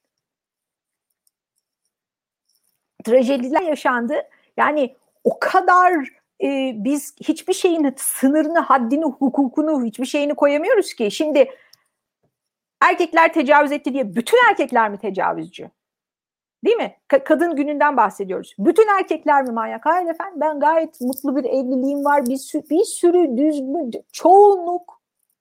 trajediler yaşandı. Yani o kadar e, biz hiçbir şeyin sınırını, haddini, hukukunu, hiçbir şeyini koyamıyoruz ki. Şimdi erkekler tecavüz etti diye bütün erkekler mi tecavüzcü? Değil mi? Ka- kadın gününden bahsediyoruz. Bütün erkekler mi manyak? Hayır efendim, ben gayet mutlu bir evliliğim var. Bir, sü- bir sürü düzgün, çoğunluk,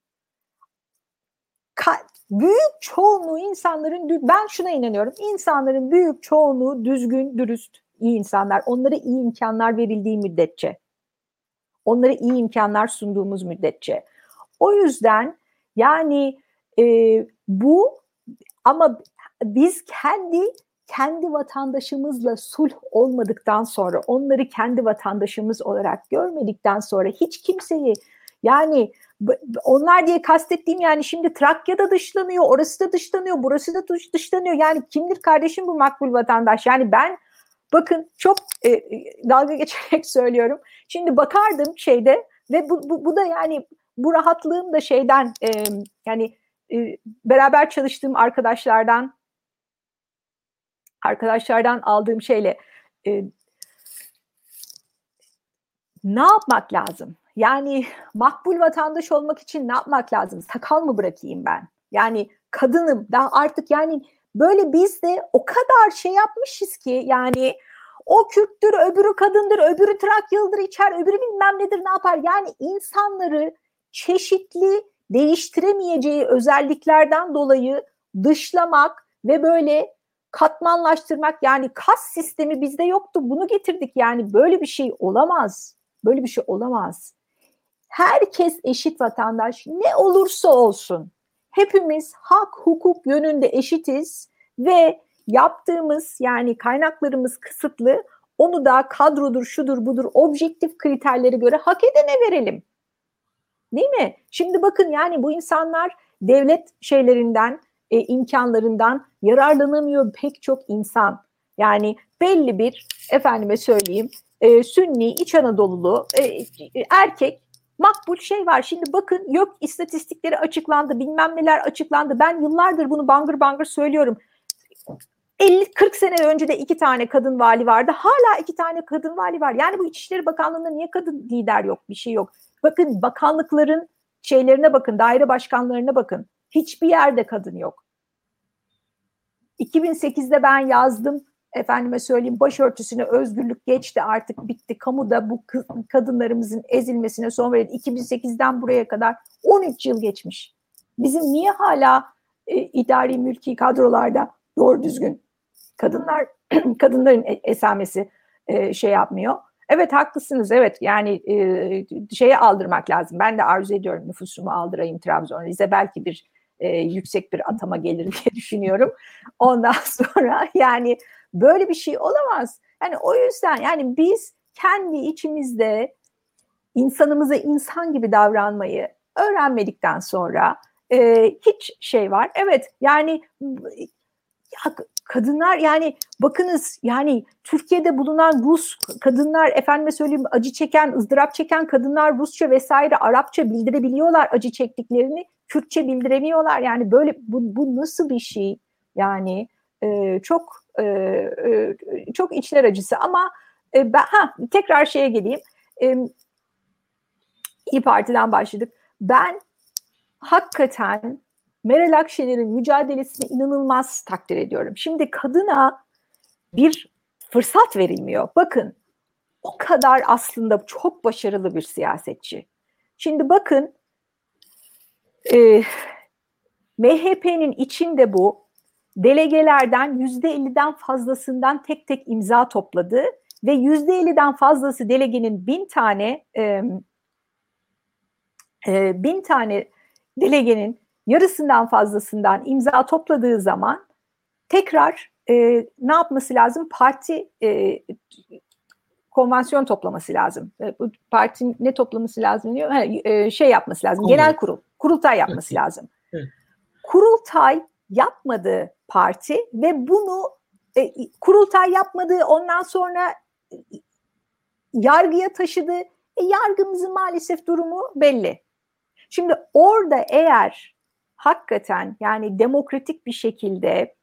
ka- büyük çoğunluğu insanların, ben şuna inanıyorum. İnsanların büyük çoğunluğu düzgün, dürüst, iyi insanlar. Onlara iyi imkanlar verildiği müddetçe. Onlara iyi imkanlar sunduğumuz müddetçe. O yüzden yani e, bu, ama biz kendi kendi vatandaşımızla sulh olmadıktan sonra, onları kendi vatandaşımız olarak görmedikten sonra hiç kimseyi, yani onlar diye kastettiğim, yani şimdi Trakya'da dışlanıyor, orası da dışlanıyor, burası da dışlanıyor. Yani kimdir kardeşim bu makbul vatandaş? Yani ben, bakın çok e, dalga geçerek söylüyorum. Şimdi bakardım şeyde ve bu, bu, bu da yani bu rahatlığım da şeyden e, yani e, beraber çalıştığım arkadaşlardan arkadaşlardan aldığım şeyle e, ne yapmak lazım? Yani makbul vatandaş olmak için ne yapmak lazım? Sakal mı bırakayım ben? Yani kadınım, daha artık yani böyle biz de o kadar şey yapmışız ki yani o Kürttür, öbürü kadındır, öbürü Trakyalıdır, içer, öbürü bilmem nedir, ne yapar. Yani insanları çeşitli, değiştiremeyeceği özelliklerden dolayı dışlamak ve böyle katmanlaştırmak, yani kas sistemi bizde yoktu. Bunu getirdik, yani böyle bir şey olamaz. Böyle bir şey olamaz. Herkes eşit vatandaş, ne olursa olsun. Hepimiz hak, hukuk yönünde eşitiz ve yaptığımız, yani kaynaklarımız kısıtlı, onu da kadrodur, şudur, budur, objektif kriterlere göre hak edene verelim. Değil mi? Şimdi bakın, yani bu insanlar devlet şeylerinden, e, imkanlarından yararlanamıyor pek çok insan. Yani belli bir, efendime söyleyeyim, e, Sünni, İç Anadolulu e, erkek makbul şey var. Şimdi bakın, yok istatistikleri açıklandı, bilmem neler açıklandı. Ben yıllardır bunu bangır bangır söylüyorum. elli kırk sene önce de iki tane kadın vali vardı. Hala iki tane kadın vali var. Yani bu İçişleri Bakanlığı'nda niye kadın lider yok, bir şey yok. Bakın bakanlıkların şeylerine bakın, daire başkanlarına bakın. Hiçbir yerde kadın yok. iki bin sekizde ben yazdım. Efendime söyleyeyim, başörtüsüne özgürlük geçti, artık bitti. Kamuda bu kadınlarımızın ezilmesine son verildi. iki bin sekizden buraya kadar on üç yıl geçmiş. Bizim niye hala e, idari mülki kadrolarda doğru düzgün kadınlar kadınların esamesi e, şey yapmıyor? Evet, haklısınız, evet, yani e, şeye aldırmak lazım. Ben de arzu ediyorum, nüfusumu aldırayım Trabzon, Rize, belki bir e, yüksek bir atama gelir diye düşünüyorum. Ondan sonra yani böyle bir şey olamaz. Yani o yüzden yani biz kendi içimizde insanımıza insan gibi davranmayı öğrenmedikten sonra e, hiç şey var. Evet, yani ya, kadınlar, yani bakınız, yani Türkiye'de bulunan Rus kadınlar, efendime söyleyeyim, acı çeken, ızdırap çeken kadınlar Rusça vesaire, Arapça bildirebiliyorlar acı çektiklerini, Kürtçe bildiremiyorlar. Yani böyle bu, bu nasıl bir şey? Yani e, çok e, e, çok içler acısı. Ama e, ben ha, tekrar şeye geleyim. E, İYİ Parti'den başladık. Ben hakikaten Meral Akşener'in mücadelesini inanılmaz takdir ediyorum. Şimdi kadına bir fırsat verilmiyor. Bakın, o kadar aslında çok başarılı bir siyasetçi. Şimdi bakın, e, M H P'nin içinde bu delegelerden yüzde elliden fazlasından tek tek imza topladı ve yüzde elliden fazlası delegenin bin tane e, e, bin tane delegenin yarısından fazlasından imza topladığı zaman tekrar e, ne yapması lazım? Parti e, konvansiyon toplaması lazım. E, bu parti ne toplaması lazım diyor? Ha, e, şey yapması lazım. Kongre. Genel kurul, kurultay yapması evet. lazım. Evet. Kurultay yapmadığı parti ve bunu e, kurultay yapmadığı, ondan sonra e, yargıya taşıdı. E, yargımızın maalesef durumu belli. Şimdi orada eğer hakikaten, yani demokratik bir şekilde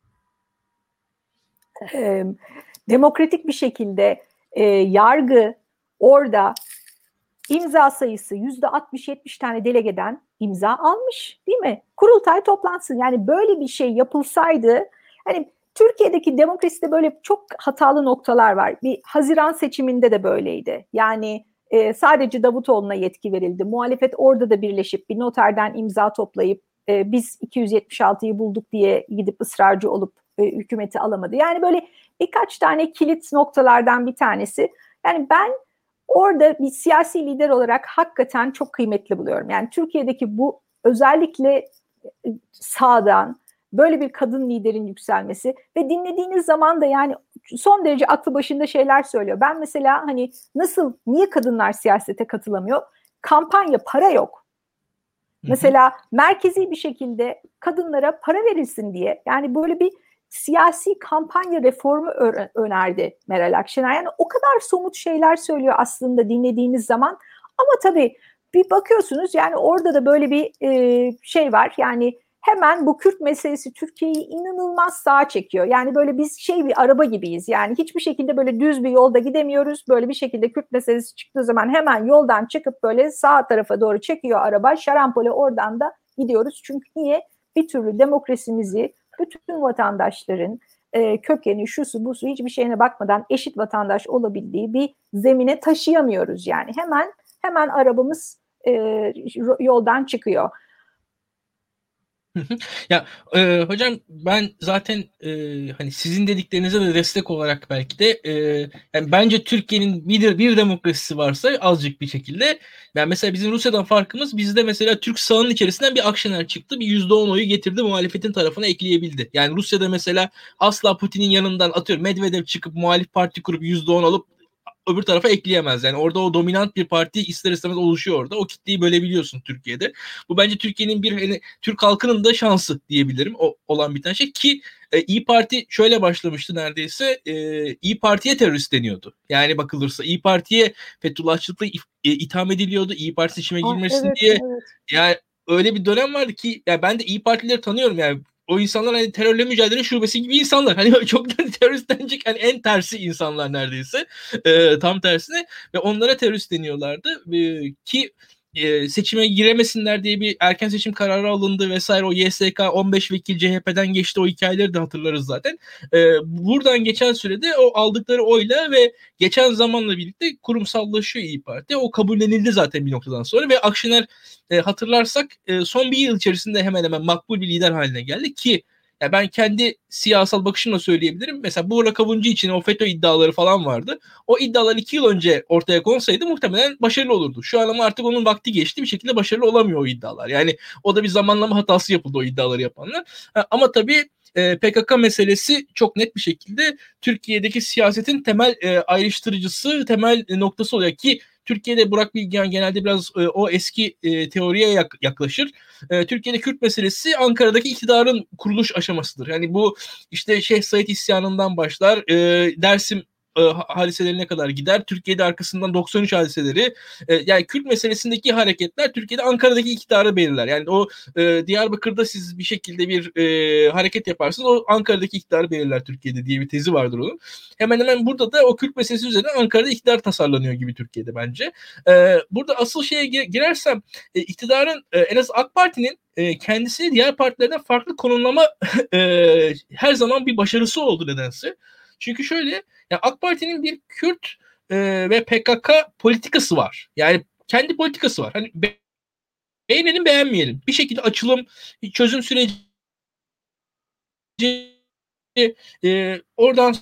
e, demokratik bir şekilde e, yargı orada imza sayısı yüzde altmış yetmiş tane delegeden imza almış, değil mi? Kurultay toplansın. Yani böyle bir şey yapılsaydı, hani Türkiye'deki demokraside böyle çok hatalı noktalar var. Bir Haziran seçiminde de böyleydi. Yani e, sadece Davutoğlu'na yetki verildi. Muhalefet orada da birleşip bir noterden imza toplayıp e, biz iki yüz yetmiş altıyı bulduk diye gidip ısrarcı olup e, hükümeti alamadı. Yani böyle birkaç tane kilit noktalardan bir tanesi. Yani ben orada bir siyasi lider olarak hakikaten çok kıymetli buluyorum. Yani Türkiye'deki bu özellikle sağdan böyle bir kadın liderin yükselmesi ve dinlediğiniz zaman da yani son derece aklı başında şeyler söylüyor. Ben mesela hani nasıl, niye kadınlar siyasete katılamıyor? Kampanya, para yok. Mesela merkezi bir şekilde kadınlara para verilsin diye, yani böyle bir siyasi kampanya reformu önerdi Meral Akşener. Yani o kadar somut şeyler söylüyor aslında dinlediğiniz zaman. Ama tabii bir bakıyorsunuz, yani orada da böyle bir e, şey var. Yani hemen bu Kürt meselesi Türkiye'yi inanılmaz sağa çekiyor. Yani böyle biz şey bir araba gibiyiz. Yani hiçbir şekilde böyle düz bir yolda gidemiyoruz. Böyle bir şekilde Kürt meselesi çıktığı zaman hemen yoldan çıkıp böyle sağ tarafa doğru çekiyor araba. Şarampole oradan da gidiyoruz. Çünkü niye? Bir türlü demokrasimizi, bütün vatandaşların e, kökeni, şusu, busu hiçbir şeyine bakmadan eşit vatandaş olabildiği bir zemine taşıyamıyoruz yani. Hemen hemen arabamız e, yoldan çıkıyor. Ya e, hocam ben zaten e, hani sizin dediklerinize de destek olarak belki de e, yani bence Türkiye'nin bir bir demokrasisi varsa azıcık bir şekilde yani mesela bizim Rusya'dan farkımız bizde mesela Türk sağının içerisinden bir Akşener çıktı, bir yüzde on oyu getirdi, muhalefetin tarafına ekleyebildi. Yani Rusya'da mesela asla Putin'in yanından atıyorum Medvedev çıkıp muhalif parti kurup yüzde on alıp öbür tarafa ekleyemez. Yani orada o dominant bir parti ister istemez oluşuyor orada. O kitleyi bölebiliyorsun Türkiye'de. Bu bence Türkiye'nin bir hani, Türk halkının da şansı diyebilirim. O olan bir tane şey ki e, İyi Parti şöyle başlamıştı neredeyse. E, İyi Parti'ye terörist deniyordu. Yani bakılırsa İyi Parti'ye Fethullahçılıkla e, itham ediliyordu. İyi Parti seçime girmesin evet, diye. Evet. Yani öyle bir dönem vardı ki yani ben de İyi Partilileri tanıyorum yani. O insanlar hani terörle mücadele şubesi gibi insanlar. Hani çok da terörist denecek hani en tersi insanlar neredeyse. E, tam tersine ve onlara terörist deniyorlardı. E, ki e, seçime giremesinler diye bir erken seçim kararı alındı vesaire. O Y S K on beş vekil C H P'den geçti. O hikayeleri de hatırlarız zaten. E, buradan geçen sürede o aldıkları oyla ve geçen zamanla birlikte kurumsallaşıyor İyi Parti. O kabullenildi zaten bir noktadan sonra ve Akşener e, hatırlarsak e, son bir yıl içerisinde hemen hemen makbul bir lider haline geldi ki ya ben kendi siyasal bakışımla söyleyebilirim. Mesela Burak Avuncu için o FETÖ iddiaları falan vardı. O iddialar iki yıl önce ortaya konsaydı muhtemelen başarılı olurdu. Şu an ama artık onun vakti geçti. Bir şekilde başarılı olamıyor o iddialar. Yani o da bir zamanlama hatası yapıldı o iddiaları yapanlar. Ha, ama tabii e, P K K meselesi çok net bir şekilde Türkiye'deki siyasetin temel e, ayrıştırıcısı, temel e, noktası oluyor ki Türkiye'de Burak Bilgehan genelde biraz e, o eski e, teoriye yak, yaklaşır. E, Türkiye'de Kürt meselesi Ankara'daki iktidarın kuruluş aşamasıdır. Yani bu işte Şeyh Said isyanından başlar, e, Dersim e, hadiselerine kadar gider. Türkiye'de arkasından doksan üç hadiseleri. E, yani Kürt meselesindeki hareketler Türkiye'de Ankara'daki iktidarı belirler. Yani o e, Diyarbakır'da siz bir şekilde bir e, hareket yaparsınız. O Ankara'daki iktidarı belirler Türkiye'de diye bir tezi vardır onun. Hemen hemen burada da o Kürt meselesi üzerine Ankara'da iktidar tasarlanıyor gibi Türkiye'de bence. E, burada asıl şeye girersem e, iktidarın e, en az AK Parti'nin e, kendisini diğer partilerden farklı konumlama e, her zaman bir başarısı oldu nedense. Çünkü şöyle yani AK Parti'nin bir Kürt e, ve P K K politikası var. Yani kendi politikası var. Hani be- beğenelim beğenmeyelim. Bir şekilde açılım, çözüm süreci e, oradan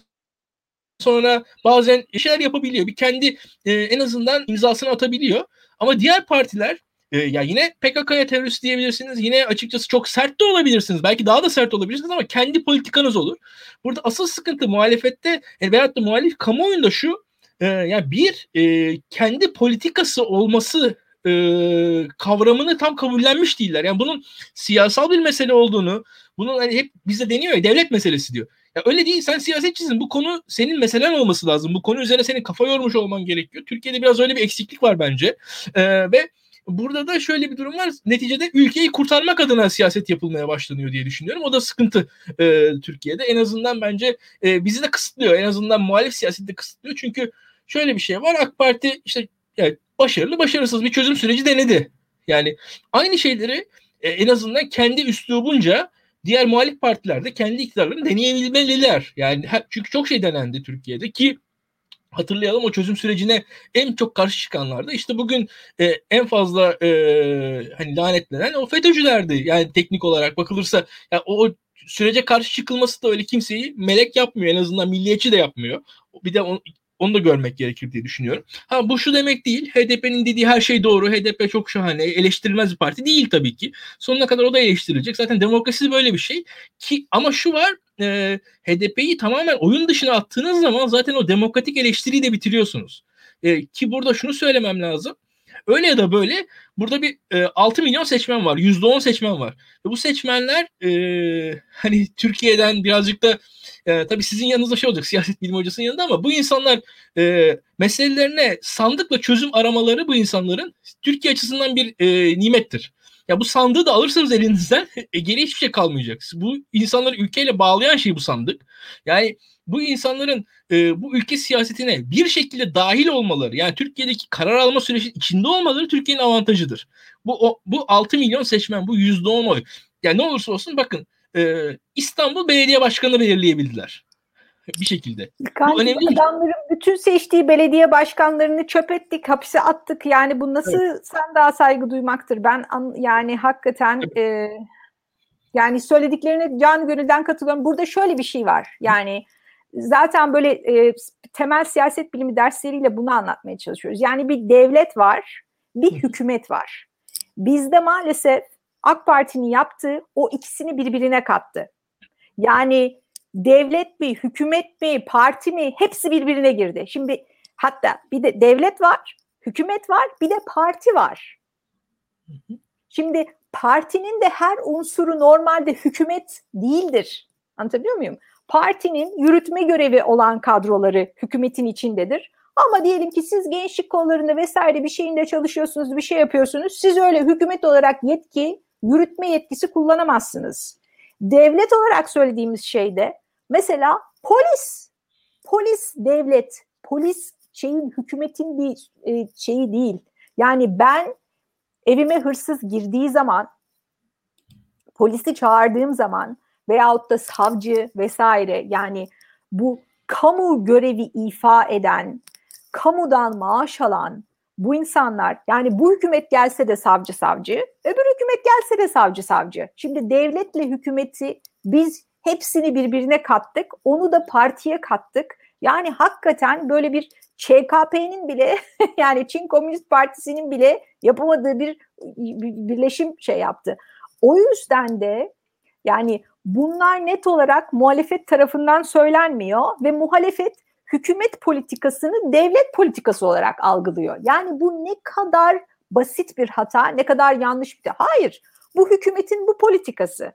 sonra bazen şeyler yapabiliyor. Bir kendi e, en azından imzasını atabiliyor. Ama diğer partiler e, ya yine P K K'ya terörist diyebilirsiniz. Yine açıkçası çok sert de olabilirsiniz. Belki daha da sert olabilirsiniz ama kendi politikanız olur. Burada asıl sıkıntı muhalefette e, veyahut da muhalif kamuoyunda şu e, yani bir e, kendi politikası olması e, kavramını tam kabullenmiş değiller. Yani bunun siyasal bir mesele olduğunu, bunun hani hep bize deniyor ya devlet meselesi diyor. Ya öyle değil, sen siyasetçisin. Bu konu senin meselen olması lazım. Bu konu üzerine senin kafa yormuş olman gerekiyor. Türkiye'de biraz öyle bir eksiklik var bence. Ee, ve burada da şöyle bir durum var. Neticede ülkeyi kurtarmak adına siyaset yapılmaya başlanıyor diye düşünüyorum. O da sıkıntı e, Türkiye'de. En azından bence e, bizi de kısıtlıyor. En azından muhalif siyaseti de kısıtlıyor. Çünkü şöyle bir şey var. AK Parti işte yani başarılı başarısız bir çözüm süreci denedi. Yani aynı şeyleri e, en azından kendi üslubunca diğer muhalif partiler de kendi iktidarlarını deneyebilmeliler. Yani çünkü çok şey denendi Türkiye'de ki hatırlayalım o çözüm sürecine en çok karşı çıkanlar da işte bugün e, en fazla e, hani lanetlenen o FETÖ'cülerdi. Yani teknik olarak bakılırsa yani o, o sürece karşı çıkılması da öyle kimseyi melek yapmıyor. En azından milliyetçi de yapmıyor. Bir de on, onu da görmek gerekir diye düşünüyorum. Ha bu şu demek değil. H D P'nin dediği her şey doğru. H D P çok şahane. Eleştirilmez bir parti değil tabii ki. Sonuna kadar o da eleştirilecek. Zaten demokrasi böyle bir şey. Ki ama şu var. E, H D P'yi tamamen oyun dışına attığınız zaman zaten o demokratik eleştiriyi de bitiriyorsunuz. E, ki burada şunu söylemem lazım. Öyle ya da böyle burada bir e, altı milyon seçmen var. yüzde on seçmen var. Ve bu seçmenler e, hani Türkiye'den birazcık da e, tabii sizin yanınızda şey olacak siyaset bilimi hocasının yanında ama bu insanlar e, meselelerine sandıkla çözüm aramaları bu insanların Türkiye açısından bir e, nimettir. Ya bu sandığı da alırsanız elinizden e, geri hiçbir şey kalmayacak. Bu insanları ülkeyle bağlayan şey bu sandık. Yani bu insanların e, bu ülke siyasetine bir şekilde dahil olmaları, yani Türkiye'deki karar alma süreci içinde olmaları Türkiye'nin avantajıdır. Bu o, bu altı milyon seçmen, bu yüzde on oy. Yani ne olursa olsun bakın e, İstanbul Belediye Başkanı belirleyebildiler. Bir şekilde. Bu önemli. Adamların bütün seçtiği belediye başkanlarını çöp ettik, hapise attık. Yani bu nasıl evet. Sen daha saygı duymaktır? Ben yani hakikaten e, yani söylediklerine can gönülden katılıyorum. Burada şöyle bir şey var. Yani zaten böyle e, temel siyaset bilimi dersleriyle bunu anlatmaya çalışıyoruz. Yani bir devlet var, bir hükümet var. Bizde maalesef AK Parti'nin yaptığı o ikisini birbirine kattı. Yani devlet mi, hükümet mi, parti mi hepsi birbirine girdi. Şimdi hatta bir de devlet var, hükümet var, bir de parti var. Şimdi partinin de her unsuru normalde hükümet değildir. Anlatabiliyor muyum? Partinin yürütme görevi olan kadroları hükümetin içindedir. Ama diyelim ki siz gençlik kollarında vesaire bir şeyinde çalışıyorsunuz, bir şey yapıyorsunuz. Siz öyle hükümet olarak yetki, yürütme yetkisi kullanamazsınız. Devlet olarak söylediğimiz şeyde mesela polis, polis devlet, polis şeyin hükümetin bir e, şeyi değil. Yani ben evime hırsız girdiği zaman, polisi çağırdığım zaman veyahut da savcı vesaire yani bu kamu görevi ifa eden, kamudan maaş alan bu insanlar yani bu hükümet gelse de savcı savcı, öbür hükümet gelse de savcı savcı. Şimdi devletle hükümeti biz hepsini birbirine kattık, onu da partiye kattık. Yani hakikaten böyle bir Ç K P'nin bile yani Çin Komünist Partisi'nin bile yapamadığı bir birleşim şey yaptı. O yüzden de yani bunlar net olarak muhalefet tarafından söylenmiyor ve muhalefet hükümet politikasını devlet politikası olarak algılıyor. Yani bu ne kadar basit bir hata, ne kadar yanlış bir hata. Hayır, bu hükümetin bu politikası.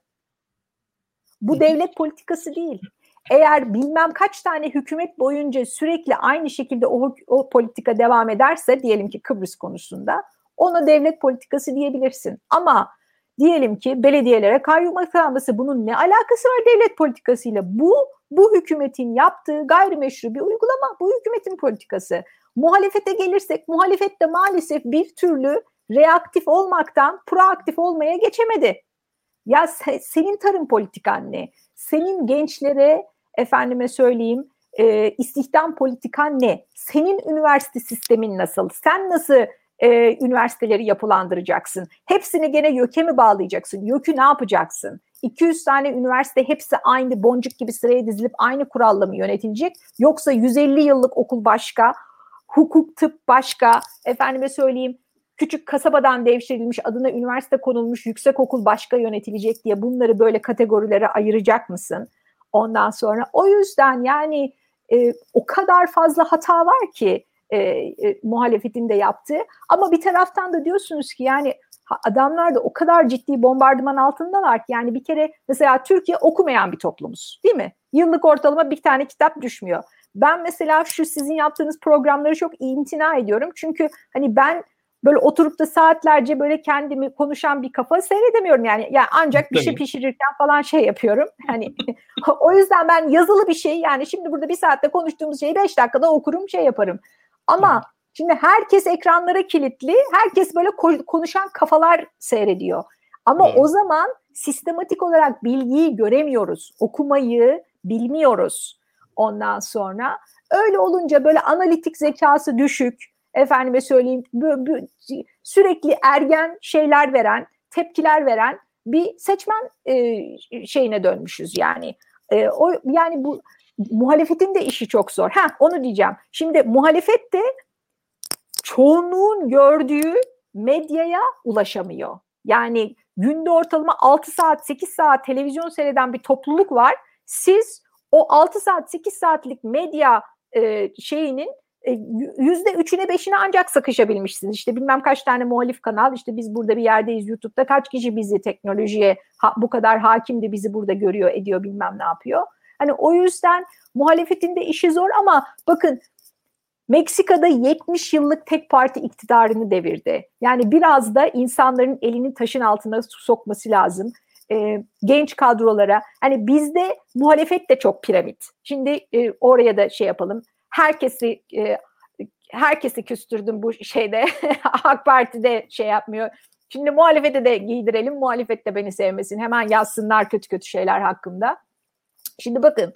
Bu devlet politikası değil. Eğer bilmem kaç tane hükümet boyunca sürekli aynı şekilde o, o politika devam ederse, diyelim ki Kıbrıs konusunda, ona devlet politikası diyebilirsin. Ama diyelim ki belediyelere kayyum atanması, bunun ne alakası var devlet politikasıyla? Bu, bu hükümetin yaptığı gayrimeşru bir uygulama, bu hükümetin politikası. Muhalefete gelirsek, muhalefet de maalesef bir türlü reaktif olmaktan proaktif olmaya geçemedi. Ya se, senin tarım politikan ne? Senin gençlere, efendime söyleyeyim, e, istihdam politikan ne? Senin üniversite sistemin nasıl? Sen nasıl e, üniversiteleri yapılandıracaksın? Hepsini gene YÖK'e mi bağlayacaksın? YÖK'ü ne yapacaksın? iki yüz tane üniversite hepsi aynı boncuk gibi sıraya dizilip aynı kuralla mı yönetilecek? Yoksa yüz elli yıllık okul başka, hukuk, tıp başka, efendime söyleyeyim, küçük kasabadan devşirilmiş, adına üniversite konulmuş yüksekokul başka yönetilecek diye bunları böyle kategorilere ayıracak mısın? Ondan sonra o yüzden yani e, o kadar fazla hata var ki e, e, muhalefetin de yaptığı. Ama bir taraftan da diyorsunuz ki yani adamlar da o kadar ciddi bombardıman altındalar ki yani bir kere mesela Türkiye okumayan bir toplumuz, değil mi? Yıllık ortalama bir tane kitap düşmüyor. Ben mesela şu sizin yaptığınız programları çok imtina ediyorum. Çünkü hani ben böyle oturup da saatlerce böyle kendimi konuşan bir kafa seyredemiyorum yani. Yani ancak bir şey pişirirken falan şey yapıyorum. Hani o yüzden ben yazılı bir şey yani şimdi burada bir saatte konuştuğumuz şeyi beş dakikada okurum, şey yaparım. Ama şimdi herkes ekranlara kilitli, herkes böyle konuşan kafalar seyrediyor. Ama evet. O zaman sistematik olarak bilgiyi göremiyoruz, okumayı bilmiyoruz ondan sonra. Öyle olunca böyle analitik zekası düşük, efendime söyleyeyim sürekli ergen şeyler veren, tepkiler veren bir seçmen e, şeyine dönmüşüz yani. E, o yani bu muhalefetin de işi çok zor. Ha onu diyeceğim. Şimdi muhalefet de çoğunluğun gördüğü medyaya ulaşamıyor. Yani günde ortalama altı saat, sekiz saat televizyon seyreden bir topluluk var. Siz o altı saat, sekiz saatlik medya e, şeyinin yüzde üçüne beşine ancak sıkışabilmişsiniz. İşte bilmem kaç tane muhalif kanal, işte biz burada bir yerdeyiz YouTube'da, kaç kişi bizi teknolojiye ha, bu kadar hakim de bizi burada görüyor, ediyor, bilmem ne yapıyor. Hani o yüzden muhalefetin de işi zor ama bakın Meksika'da yetmiş yıllık tek parti iktidarını devirdi. Yani biraz da insanların elini taşın altına sokması lazım. E, genç kadrolara. Hani bizde muhalefet de çok piramit. Şimdi e, oraya da şey yapalım. Herkesi e, herkesi küstürdüm bu şeyde. AK Parti'de şey yapmıyor. Şimdi muhalefete de giydirelim, muhalefet de beni sevmesin. Hemen yazsınlar kötü kötü şeyler hakkında. Şimdi bakın,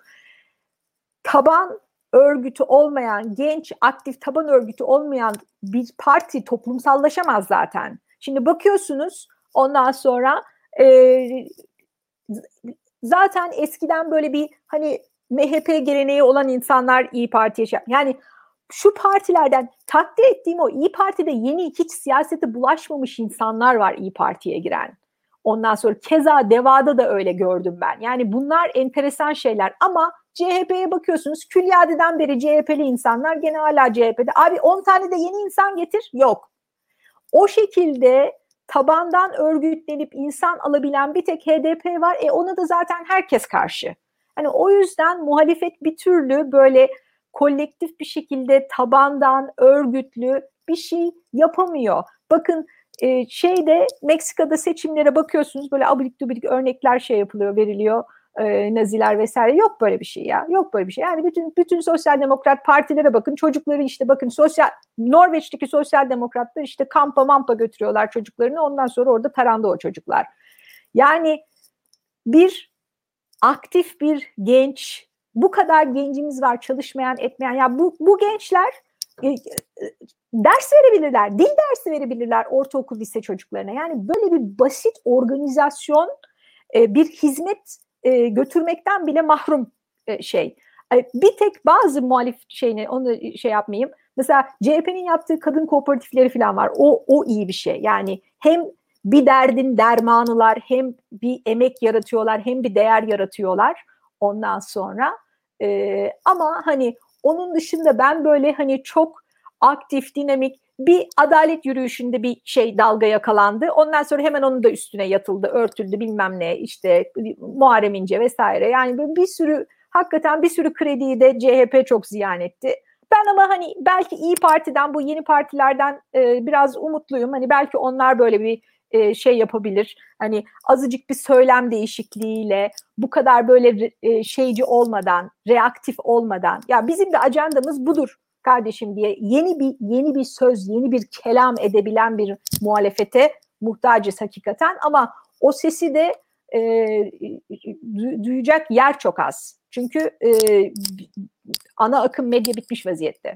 taban örgütü olmayan, genç, aktif taban örgütü olmayan bir parti toplumsallaşamaz zaten. Şimdi bakıyorsunuz ondan sonra e, zaten eskiden böyle bir hani M H P geleneği olan insanlar İYİ Parti'ye şey, yani şu partilerden takdir ettiğim o İYİ Parti'de yeni hiç siyasete bulaşmamış insanlar var İYİ Parti'ye giren. Ondan sonra keza DEVA'da da öyle gördüm ben. Yani bunlar enteresan şeyler ama C H P'ye bakıyorsunuz, Külyadi'den beri C H P'li insanlar gene hala C H P'de. Abi on tane de yeni insan getir. Yok. O şekilde tabandan örgütlenip insan alabilen bir tek H D P var. E ona da zaten herkes karşı. Hani o yüzden muhalefet bir türlü böyle kolektif bir şekilde tabandan örgütlü bir şey yapamıyor. Bakın e, şeyde Meksika'da seçimlere bakıyorsunuz, böyle abidik dubidik örnekler şey yapılıyor, veriliyor. E, Naziler vesaire, yok böyle bir şey ya, yok böyle bir şey. Yani bütün bütün sosyal demokrat partilere bakın, çocukları işte bakın sosyal Norveç'teki sosyal demokratlar işte kampa mampa götürüyorlar çocuklarını, ondan sonra orada taranda o çocuklar. Yani bir aktif bir genç, bu kadar gencimiz var çalışmayan etmeyen, ya bu bu gençler e, e, ders verebilirler, dil dersi verebilirler ortaokul lise çocuklarına. Yani böyle bir basit organizasyon e, bir hizmet e, götürmekten bile mahrum e, şey. E, bir tek bazı muhalif şeyini, onu şey yapmayayım. Mesela C H P'nin yaptığı kadın kooperatifleri falan var. O o iyi bir şey. Yani hem bir derdin dermanılar, hem bir emek yaratıyorlar, hem bir değer yaratıyorlar ondan sonra. E, ama hani onun dışında ben böyle hani çok aktif, dinamik bir adalet yürüyüşünde bir şey dalga yakalandı. Ondan sonra hemen onun da üstüne yatıldı, örtüldü bilmem ne, işte Muharrem İnce vesaire. Yani böyle bir sürü, hakikaten bir sürü krediyi de C H P çok ziyan etti. Ben ama hani belki İYİ Parti'den, bu yeni partilerden e, biraz umutluyum. Hani belki onlar böyle bir e, şey yapabilir. Hani azıcık bir söylem değişikliğiyle, bu kadar böyle e, şeyci olmadan, reaktif olmadan. Ya bizim de ajandamız budur kardeşim diye yeni bir yeni bir söz, yeni bir kelam edebilen bir muhalefete muhtacız hakikaten, ama o sesi de e, duyacak yer çok az. Çünkü e, ana akım medya bitmiş vaziyette.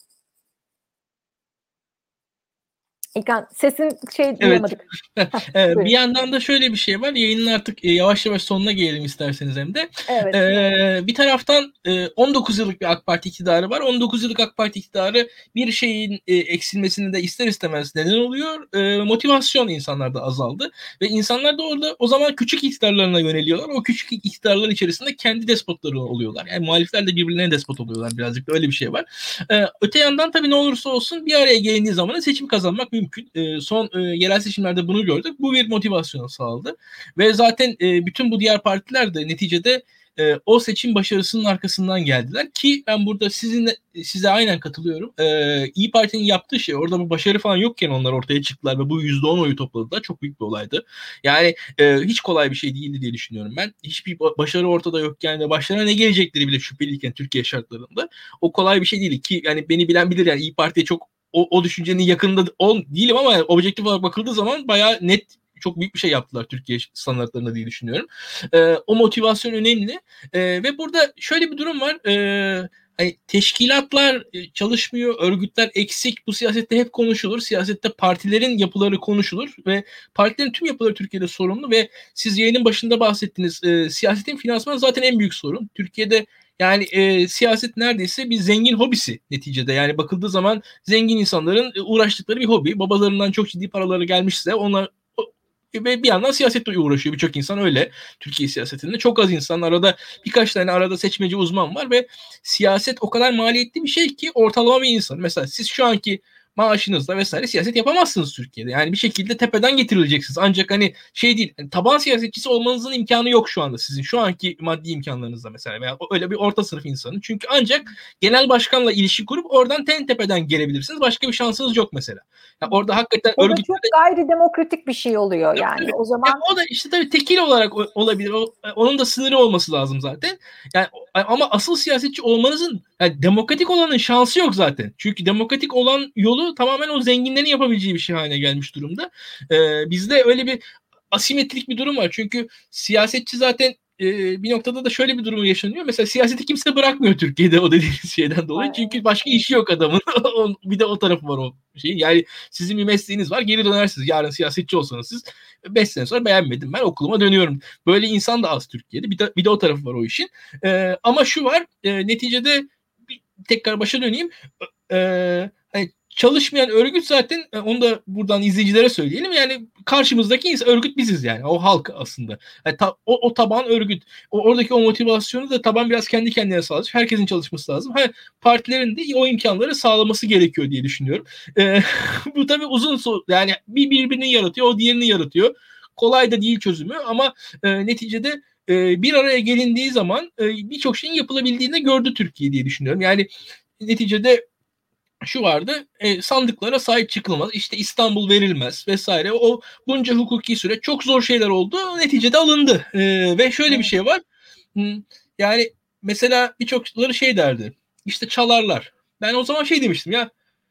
İlkan, sesin şey duyamadık. Evet. ee, bir yandan da şöyle bir şey var. Yayının artık yavaş yavaş sonuna gelelim isterseniz hem de. Evet. Ee, bir taraftan on dokuz yıllık bir AK Parti iktidarı var. on dokuz yıllık AK Parti iktidarı bir şeyin eksilmesini de ister istemez neden oluyor. Ee, motivasyon insanlarda azaldı. Ve insanlar da orada o zaman küçük iktidarlarına yöneliyorlar. O küçük iktidarlar içerisinde kendi despotları oluyorlar. Yani muhalifler de birbirlerine despot oluyorlar. Birazcık da öyle bir şey var. Ee, öte yandan tabii ne olursa olsun bir araya gelindiği zaman seçim kazanmak mümkün. Mümkün. Son e, yerel seçimlerde bunu gördük. Bu bir motivasyonu sağladı. Ve zaten e, bütün bu diğer partiler de neticede e, o seçim başarısının arkasından geldiler. Ki ben burada sizinle, size aynen katılıyorum. E, İYİ Parti'nin yaptığı şey, orada bu başarı falan yokken onlar ortaya çıktılar ve bu yüzde on oyu topladılar. Çok büyük bir olaydı. Yani e, hiç kolay bir şey değildi diye düşünüyorum ben. Hiçbir başarı ortada yokken ve başlarına ne gelecekleri bile şüpheliyken Türkiye şartlarında, o kolay bir şey değil ki. Yani beni bilen bilir, yani İYİ Parti'ye çok O, o düşüncenin yakınında ol, değilim ama objektif olarak bakıldığı zaman bayağı net, çok büyük bir şey yaptılar Türkiye standartlarında diye düşünüyorum. Ee, o motivasyon önemli. Ee, ve burada şöyle bir durum var. Ee, hani teşkilatlar çalışmıyor, örgütler eksik. Bu siyasette hep konuşulur. Siyasette partilerin yapıları konuşulur ve partilerin tüm yapıları Türkiye'de sorunlu ve siz yayının başında bahsettiniz. E, siyasetin finansmanı zaten en büyük sorun. Türkiye'de yani e, siyaset neredeyse bir zengin hobisi neticede. Yani bakıldığı zaman zengin insanların e, uğraştıkları bir hobi. Babalarından çok ciddi paraları gelmişse onlar ve bir yandan siyasetle uğraşıyor. Birçok insan öyle. Türkiye siyasetinde çok az insan, arada birkaç tane arada seçmeci uzman var ve siyaset o kadar maliyetli bir şey ki ortalama bir insan. Mesela siz şu anki maaşınızla vesaire siyaset yapamazsınız Türkiye'de. Yani bir şekilde tepeden getirileceksiniz. Ancak hani şey değil, yani taban siyasetçisi olmanızın imkanı yok şu anda sizin. Şu anki maddi imkanlarınızla mesela veya öyle bir orta sınıf insanın. Çünkü ancak genel başkanla ilişki kurup oradan ten tepeden gelebilirsiniz. Başka bir şansınız yok mesela. Yani orada hakikaten o da örgütlerde... çok gayri demokratik bir şey oluyor yani. Tabii. O zaman Yani o da işte tabii tekil olarak olabilir. O, onun da sınırı olması lazım zaten. Yani Ama asıl siyasetçi olmanızın, yani demokratik olanın şansı yok zaten. Çünkü demokratik olan yolu tamamen o zenginlerin yapabileceği bir şey haline gelmiş durumda. Ee, bizde öyle bir asimetrik bir durum var. Çünkü siyasetçi zaten e, bir noktada da şöyle bir durum yaşanıyor. Mesela siyaseti kimse bırakmıyor Türkiye'de o dediğiniz şeyden dolayı. Çünkü başka işi yok adamın. Bir de o tarafı var o şey. Yani sizin bir mesleğiniz var, geri dönersiniz. Yarın siyasetçi olsanız siz beş sene sonra beğenmedim, ben okuluma dönüyorum. Böyle insan da az Türkiye'de. Bir de, bir de o tarafı var o işin. Ee, ama şu var, e, neticede bir, tekrar başa döneyim. E, hani çalışmayan örgüt zaten, onu da buradan izleyicilere söyleyelim. Yani karşımızdaki insan, örgüt biziz yani. O halk aslında. Yani ta, o, o taban örgüt. O, oradaki o motivasyonu da taban biraz kendi kendine sağlayacak. Herkesin çalışması lazım. Ha, partilerin de o imkanları sağlaması gerekiyor diye düşünüyorum. Ee, bu tabii uzun so yani bir birbirini yaratıyor, o diğerini yaratıyor. Kolay da değil çözümü ama e, neticede e, bir araya gelindiği zaman e, birçok şeyin yapılabildiğini gördü Türkiye diye düşünüyorum. Yani neticede şu vardı, e, sandıklara sahip çıkılmaz, işte İstanbul verilmez vesaire, o bunca hukuki süreç, çok zor şeyler oldu, neticede alındı. E, ve şöyle bir şey var, yani mesela birçokları şey derdi, işte çalarlar. Ben o zaman şey demiştim ya,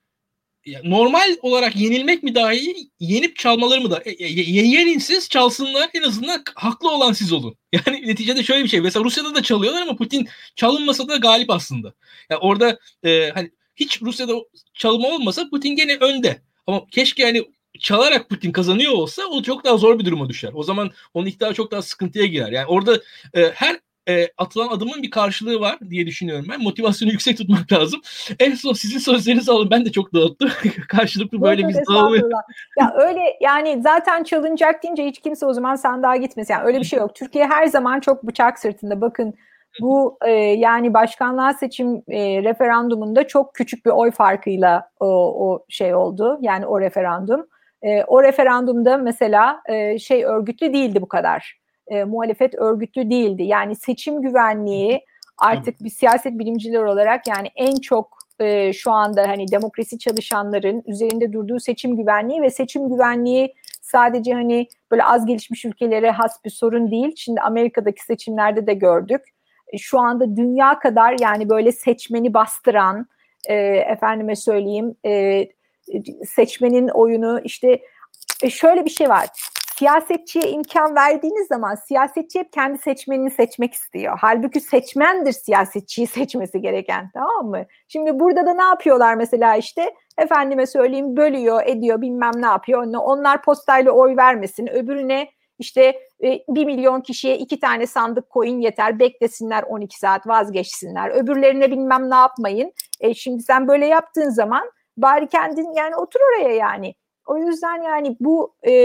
ya normal olarak yenilmek mi daha iyi, yenip çalmaları mı da e, e, yenin siz, çalsınlar, en azından haklı olan siz olun. Yani neticede şöyle bir şey, mesela Rusya'da da çalıyorlar ama Putin çalınmasa da galip aslında. Yani orada e, hani hiç Rusya'da çalma olmasa Putin gene önde. Ama keşke yani çalarak Putin kazanıyor olsa, o çok daha zor bir duruma düşer. O zaman onun iktidarı çok daha sıkıntıya girer. Yani orada e, her e, atılan adımın bir karşılığı var diye düşünüyorum ben. Motivasyonu yüksek tutmak lazım. En son sizin sözlerinizi alın. Ben de çok dağıttım. Karşılıklı böyle bir dağılıyor. Ya öyle yani, zaten çalınacak deyince hiç kimse o zaman sandığa gitmesin. Yani öyle bir şey yok. Türkiye her zaman çok bıçak sırtında. Bakın bu e, yani başkanlığa seçim e, referandumunda çok küçük bir oy farkıyla o, o şey oldu. Yani o referandum. E, o referandumda mesela e, şey örgütlü değildi bu kadar. E, muhalefet örgütlü değildi. Yani seçim güvenliği artık bir siyaset bilimciler olarak yani en çok e, şu anda hani demokrasi çalışanların üzerinde durduğu seçim güvenliği ve seçim güvenliği sadece hani böyle az gelişmiş ülkelere has bir sorun değil. Şimdi Amerika'daki seçimlerde de gördük. E, şu anda dünya kadar yani böyle seçmeni bastıran, e, efendime söyleyeyim, e, seçmenin oyunu işte e, şöyle bir şey var. Siyasetçiye imkan verdiğiniz zaman siyasetçi hep kendi seçmenini seçmek istiyor. Halbuki seçmendir siyasetçiyi seçmesi gereken, tamam mı? Şimdi burada da ne yapıyorlar mesela, işte efendime söyleyeyim, bölüyor, ediyor, bilmem ne yapıyor. Onlar postayla oy vermesin, öbürüne işte bir milyon kişiye iki tane sandık koyun yeter, beklesinler on iki saat, vazgeçsinler. Öbürlerine bilmem ne yapmayın. E şimdi sen böyle yaptığın zaman bari kendin yani otur oraya yani. O yüzden yani bu e,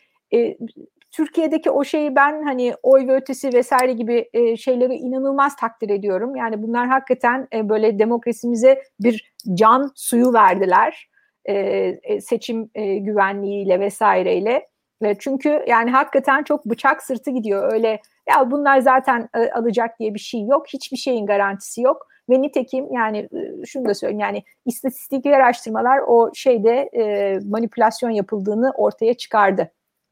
e, Türkiye'deki o şeyi ben hani oy ve ötesi vesaire gibi e, şeyleri inanılmaz takdir ediyorum. Yani bunlar hakikaten e, böyle demokrasimize bir can suyu verdiler. E, e, seçim e, güvenliğiyle vesaireyle. E, çünkü yani hakikaten çok bıçak sırtı gidiyor. Öyle ya bunlar zaten e, alacak diye bir şey yok. Hiçbir şeyin garantisi yok. Ve nitekim yani e, şunu da söyleyeyim, yani istatistik araştırmalar o şeyde e, manipülasyon yapıldığını ortaya çıkardı.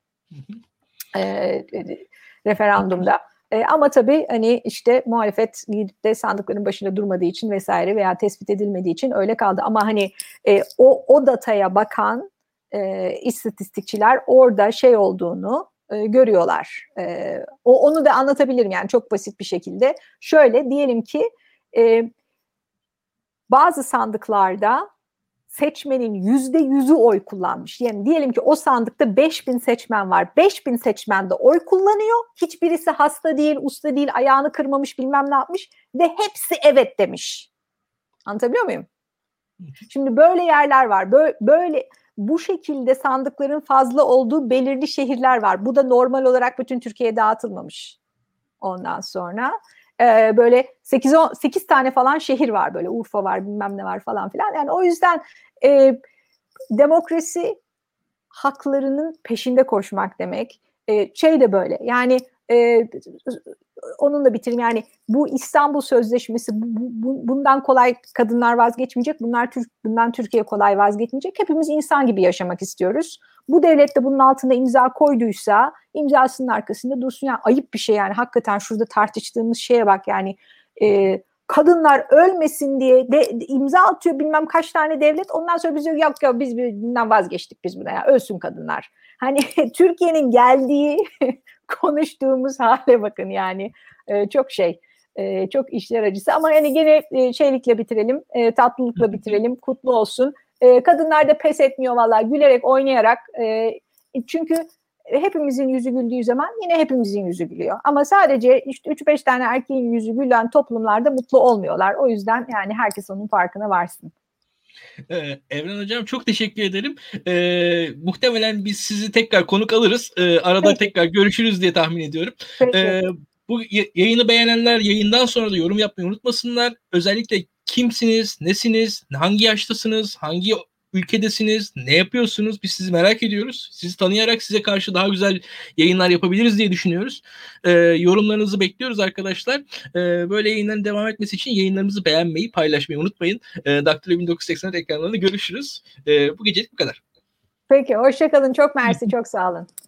E, e, referandumda. E, ama tabii hani işte muhalefet gidip de sandıkların başında durmadığı için vesaire veya tespit edilmediği için öyle kaldı. Ama hani e, o o dataya bakan e, istatistikçiler orada şey olduğunu e, görüyorlar. E, o onu da anlatabilirim yani çok basit bir şekilde. Şöyle diyelim ki e, bazı sandıklarda seçmenin yüzde yüzü oy kullanmış. Yani diyelim ki o sandıkta beş bin seçmen var. beş bin seçmen de oy kullanıyor. Hiçbirisi hasta değil, usta değil, ayağını kırmamış, bilmem ne yapmış ve hepsi evet demiş. Anlatabiliyor muyum? Şimdi böyle yerler var. Böyle, böyle bu şekilde sandıkların fazla olduğu belirli şehirler var. Bu da normal olarak bütün Türkiye'ye dağıtılmamış. Ondan sonra Ee, böyle sekiz, on, sekiz tane falan şehir var, böyle Urfa var, bilmem ne var falan filan. Yani o yüzden e, demokrasi haklarının peşinde koşmak demek. E, şey de böyle yani e, onunla bitireyim yani bu İstanbul Sözleşmesi bu, bu, bundan kolay kadınlar vazgeçmeyecek. Bunlar bundan Türkiye kolay vazgeçmeyecek. Hepimiz insan gibi yaşamak istiyoruz. Bu devlet de bunun altında imza koyduysa imzasının arkasında dursun. Yani ayıp bir şey yani, hakikaten şurada tartıştığımız şeye bak yani, e, kadınlar ölmesin diye de, imza atıyor bilmem kaç tane devlet. Ondan sonra biz diyor yok yok biz bundan vazgeçtik biz buna ya ölsün kadınlar. Hani Türkiye'nin geldiği konuştuğumuz hale bakın yani e, çok şey e, çok işler acısı ama yani gene e, şeylikle bitirelim e, tatlılıkla bitirelim kutlu olsun. E, kadınlar da pes etmiyor vallahi gülerek oynayarak e, çünkü hepimizin yüzü güldüğü zaman yine hepimizin yüzü gülüyor. Ama sadece işte üç beş tane erkeğin yüzü gülen toplumlarda mutlu olmuyorlar. O yüzden yani herkes onun farkına varsın. Ee, Evren Hocam çok teşekkür ederim. Ee, muhtemelen biz sizi tekrar konuk alırız. Ee, arada Peki. tekrar görüşürüz diye tahmin ediyorum. Ee, bu yayını beğenenler yayından sonra da yorum yapmayı unutmasınlar. Özellikle kimsiniz, nesiniz, hangi yaştasınız, hangi ülkedesiniz, ne yapıyorsunuz? Biz sizi merak ediyoruz. Sizi tanıyarak size karşı daha güzel yayınlar yapabiliriz diye düşünüyoruz. Ee, yorumlarınızı bekliyoruz arkadaşlar. Ee, böyle yayınların devam etmesi için yayınlarımızı beğenmeyi, paylaşmayı unutmayın. Ee, Daktilo bin dokuz yüz seksen ekranlarında görüşürüz. Ee, bu gecelik bu kadar. Peki, hoşça kalın. Çok mersi, çok sağ olun.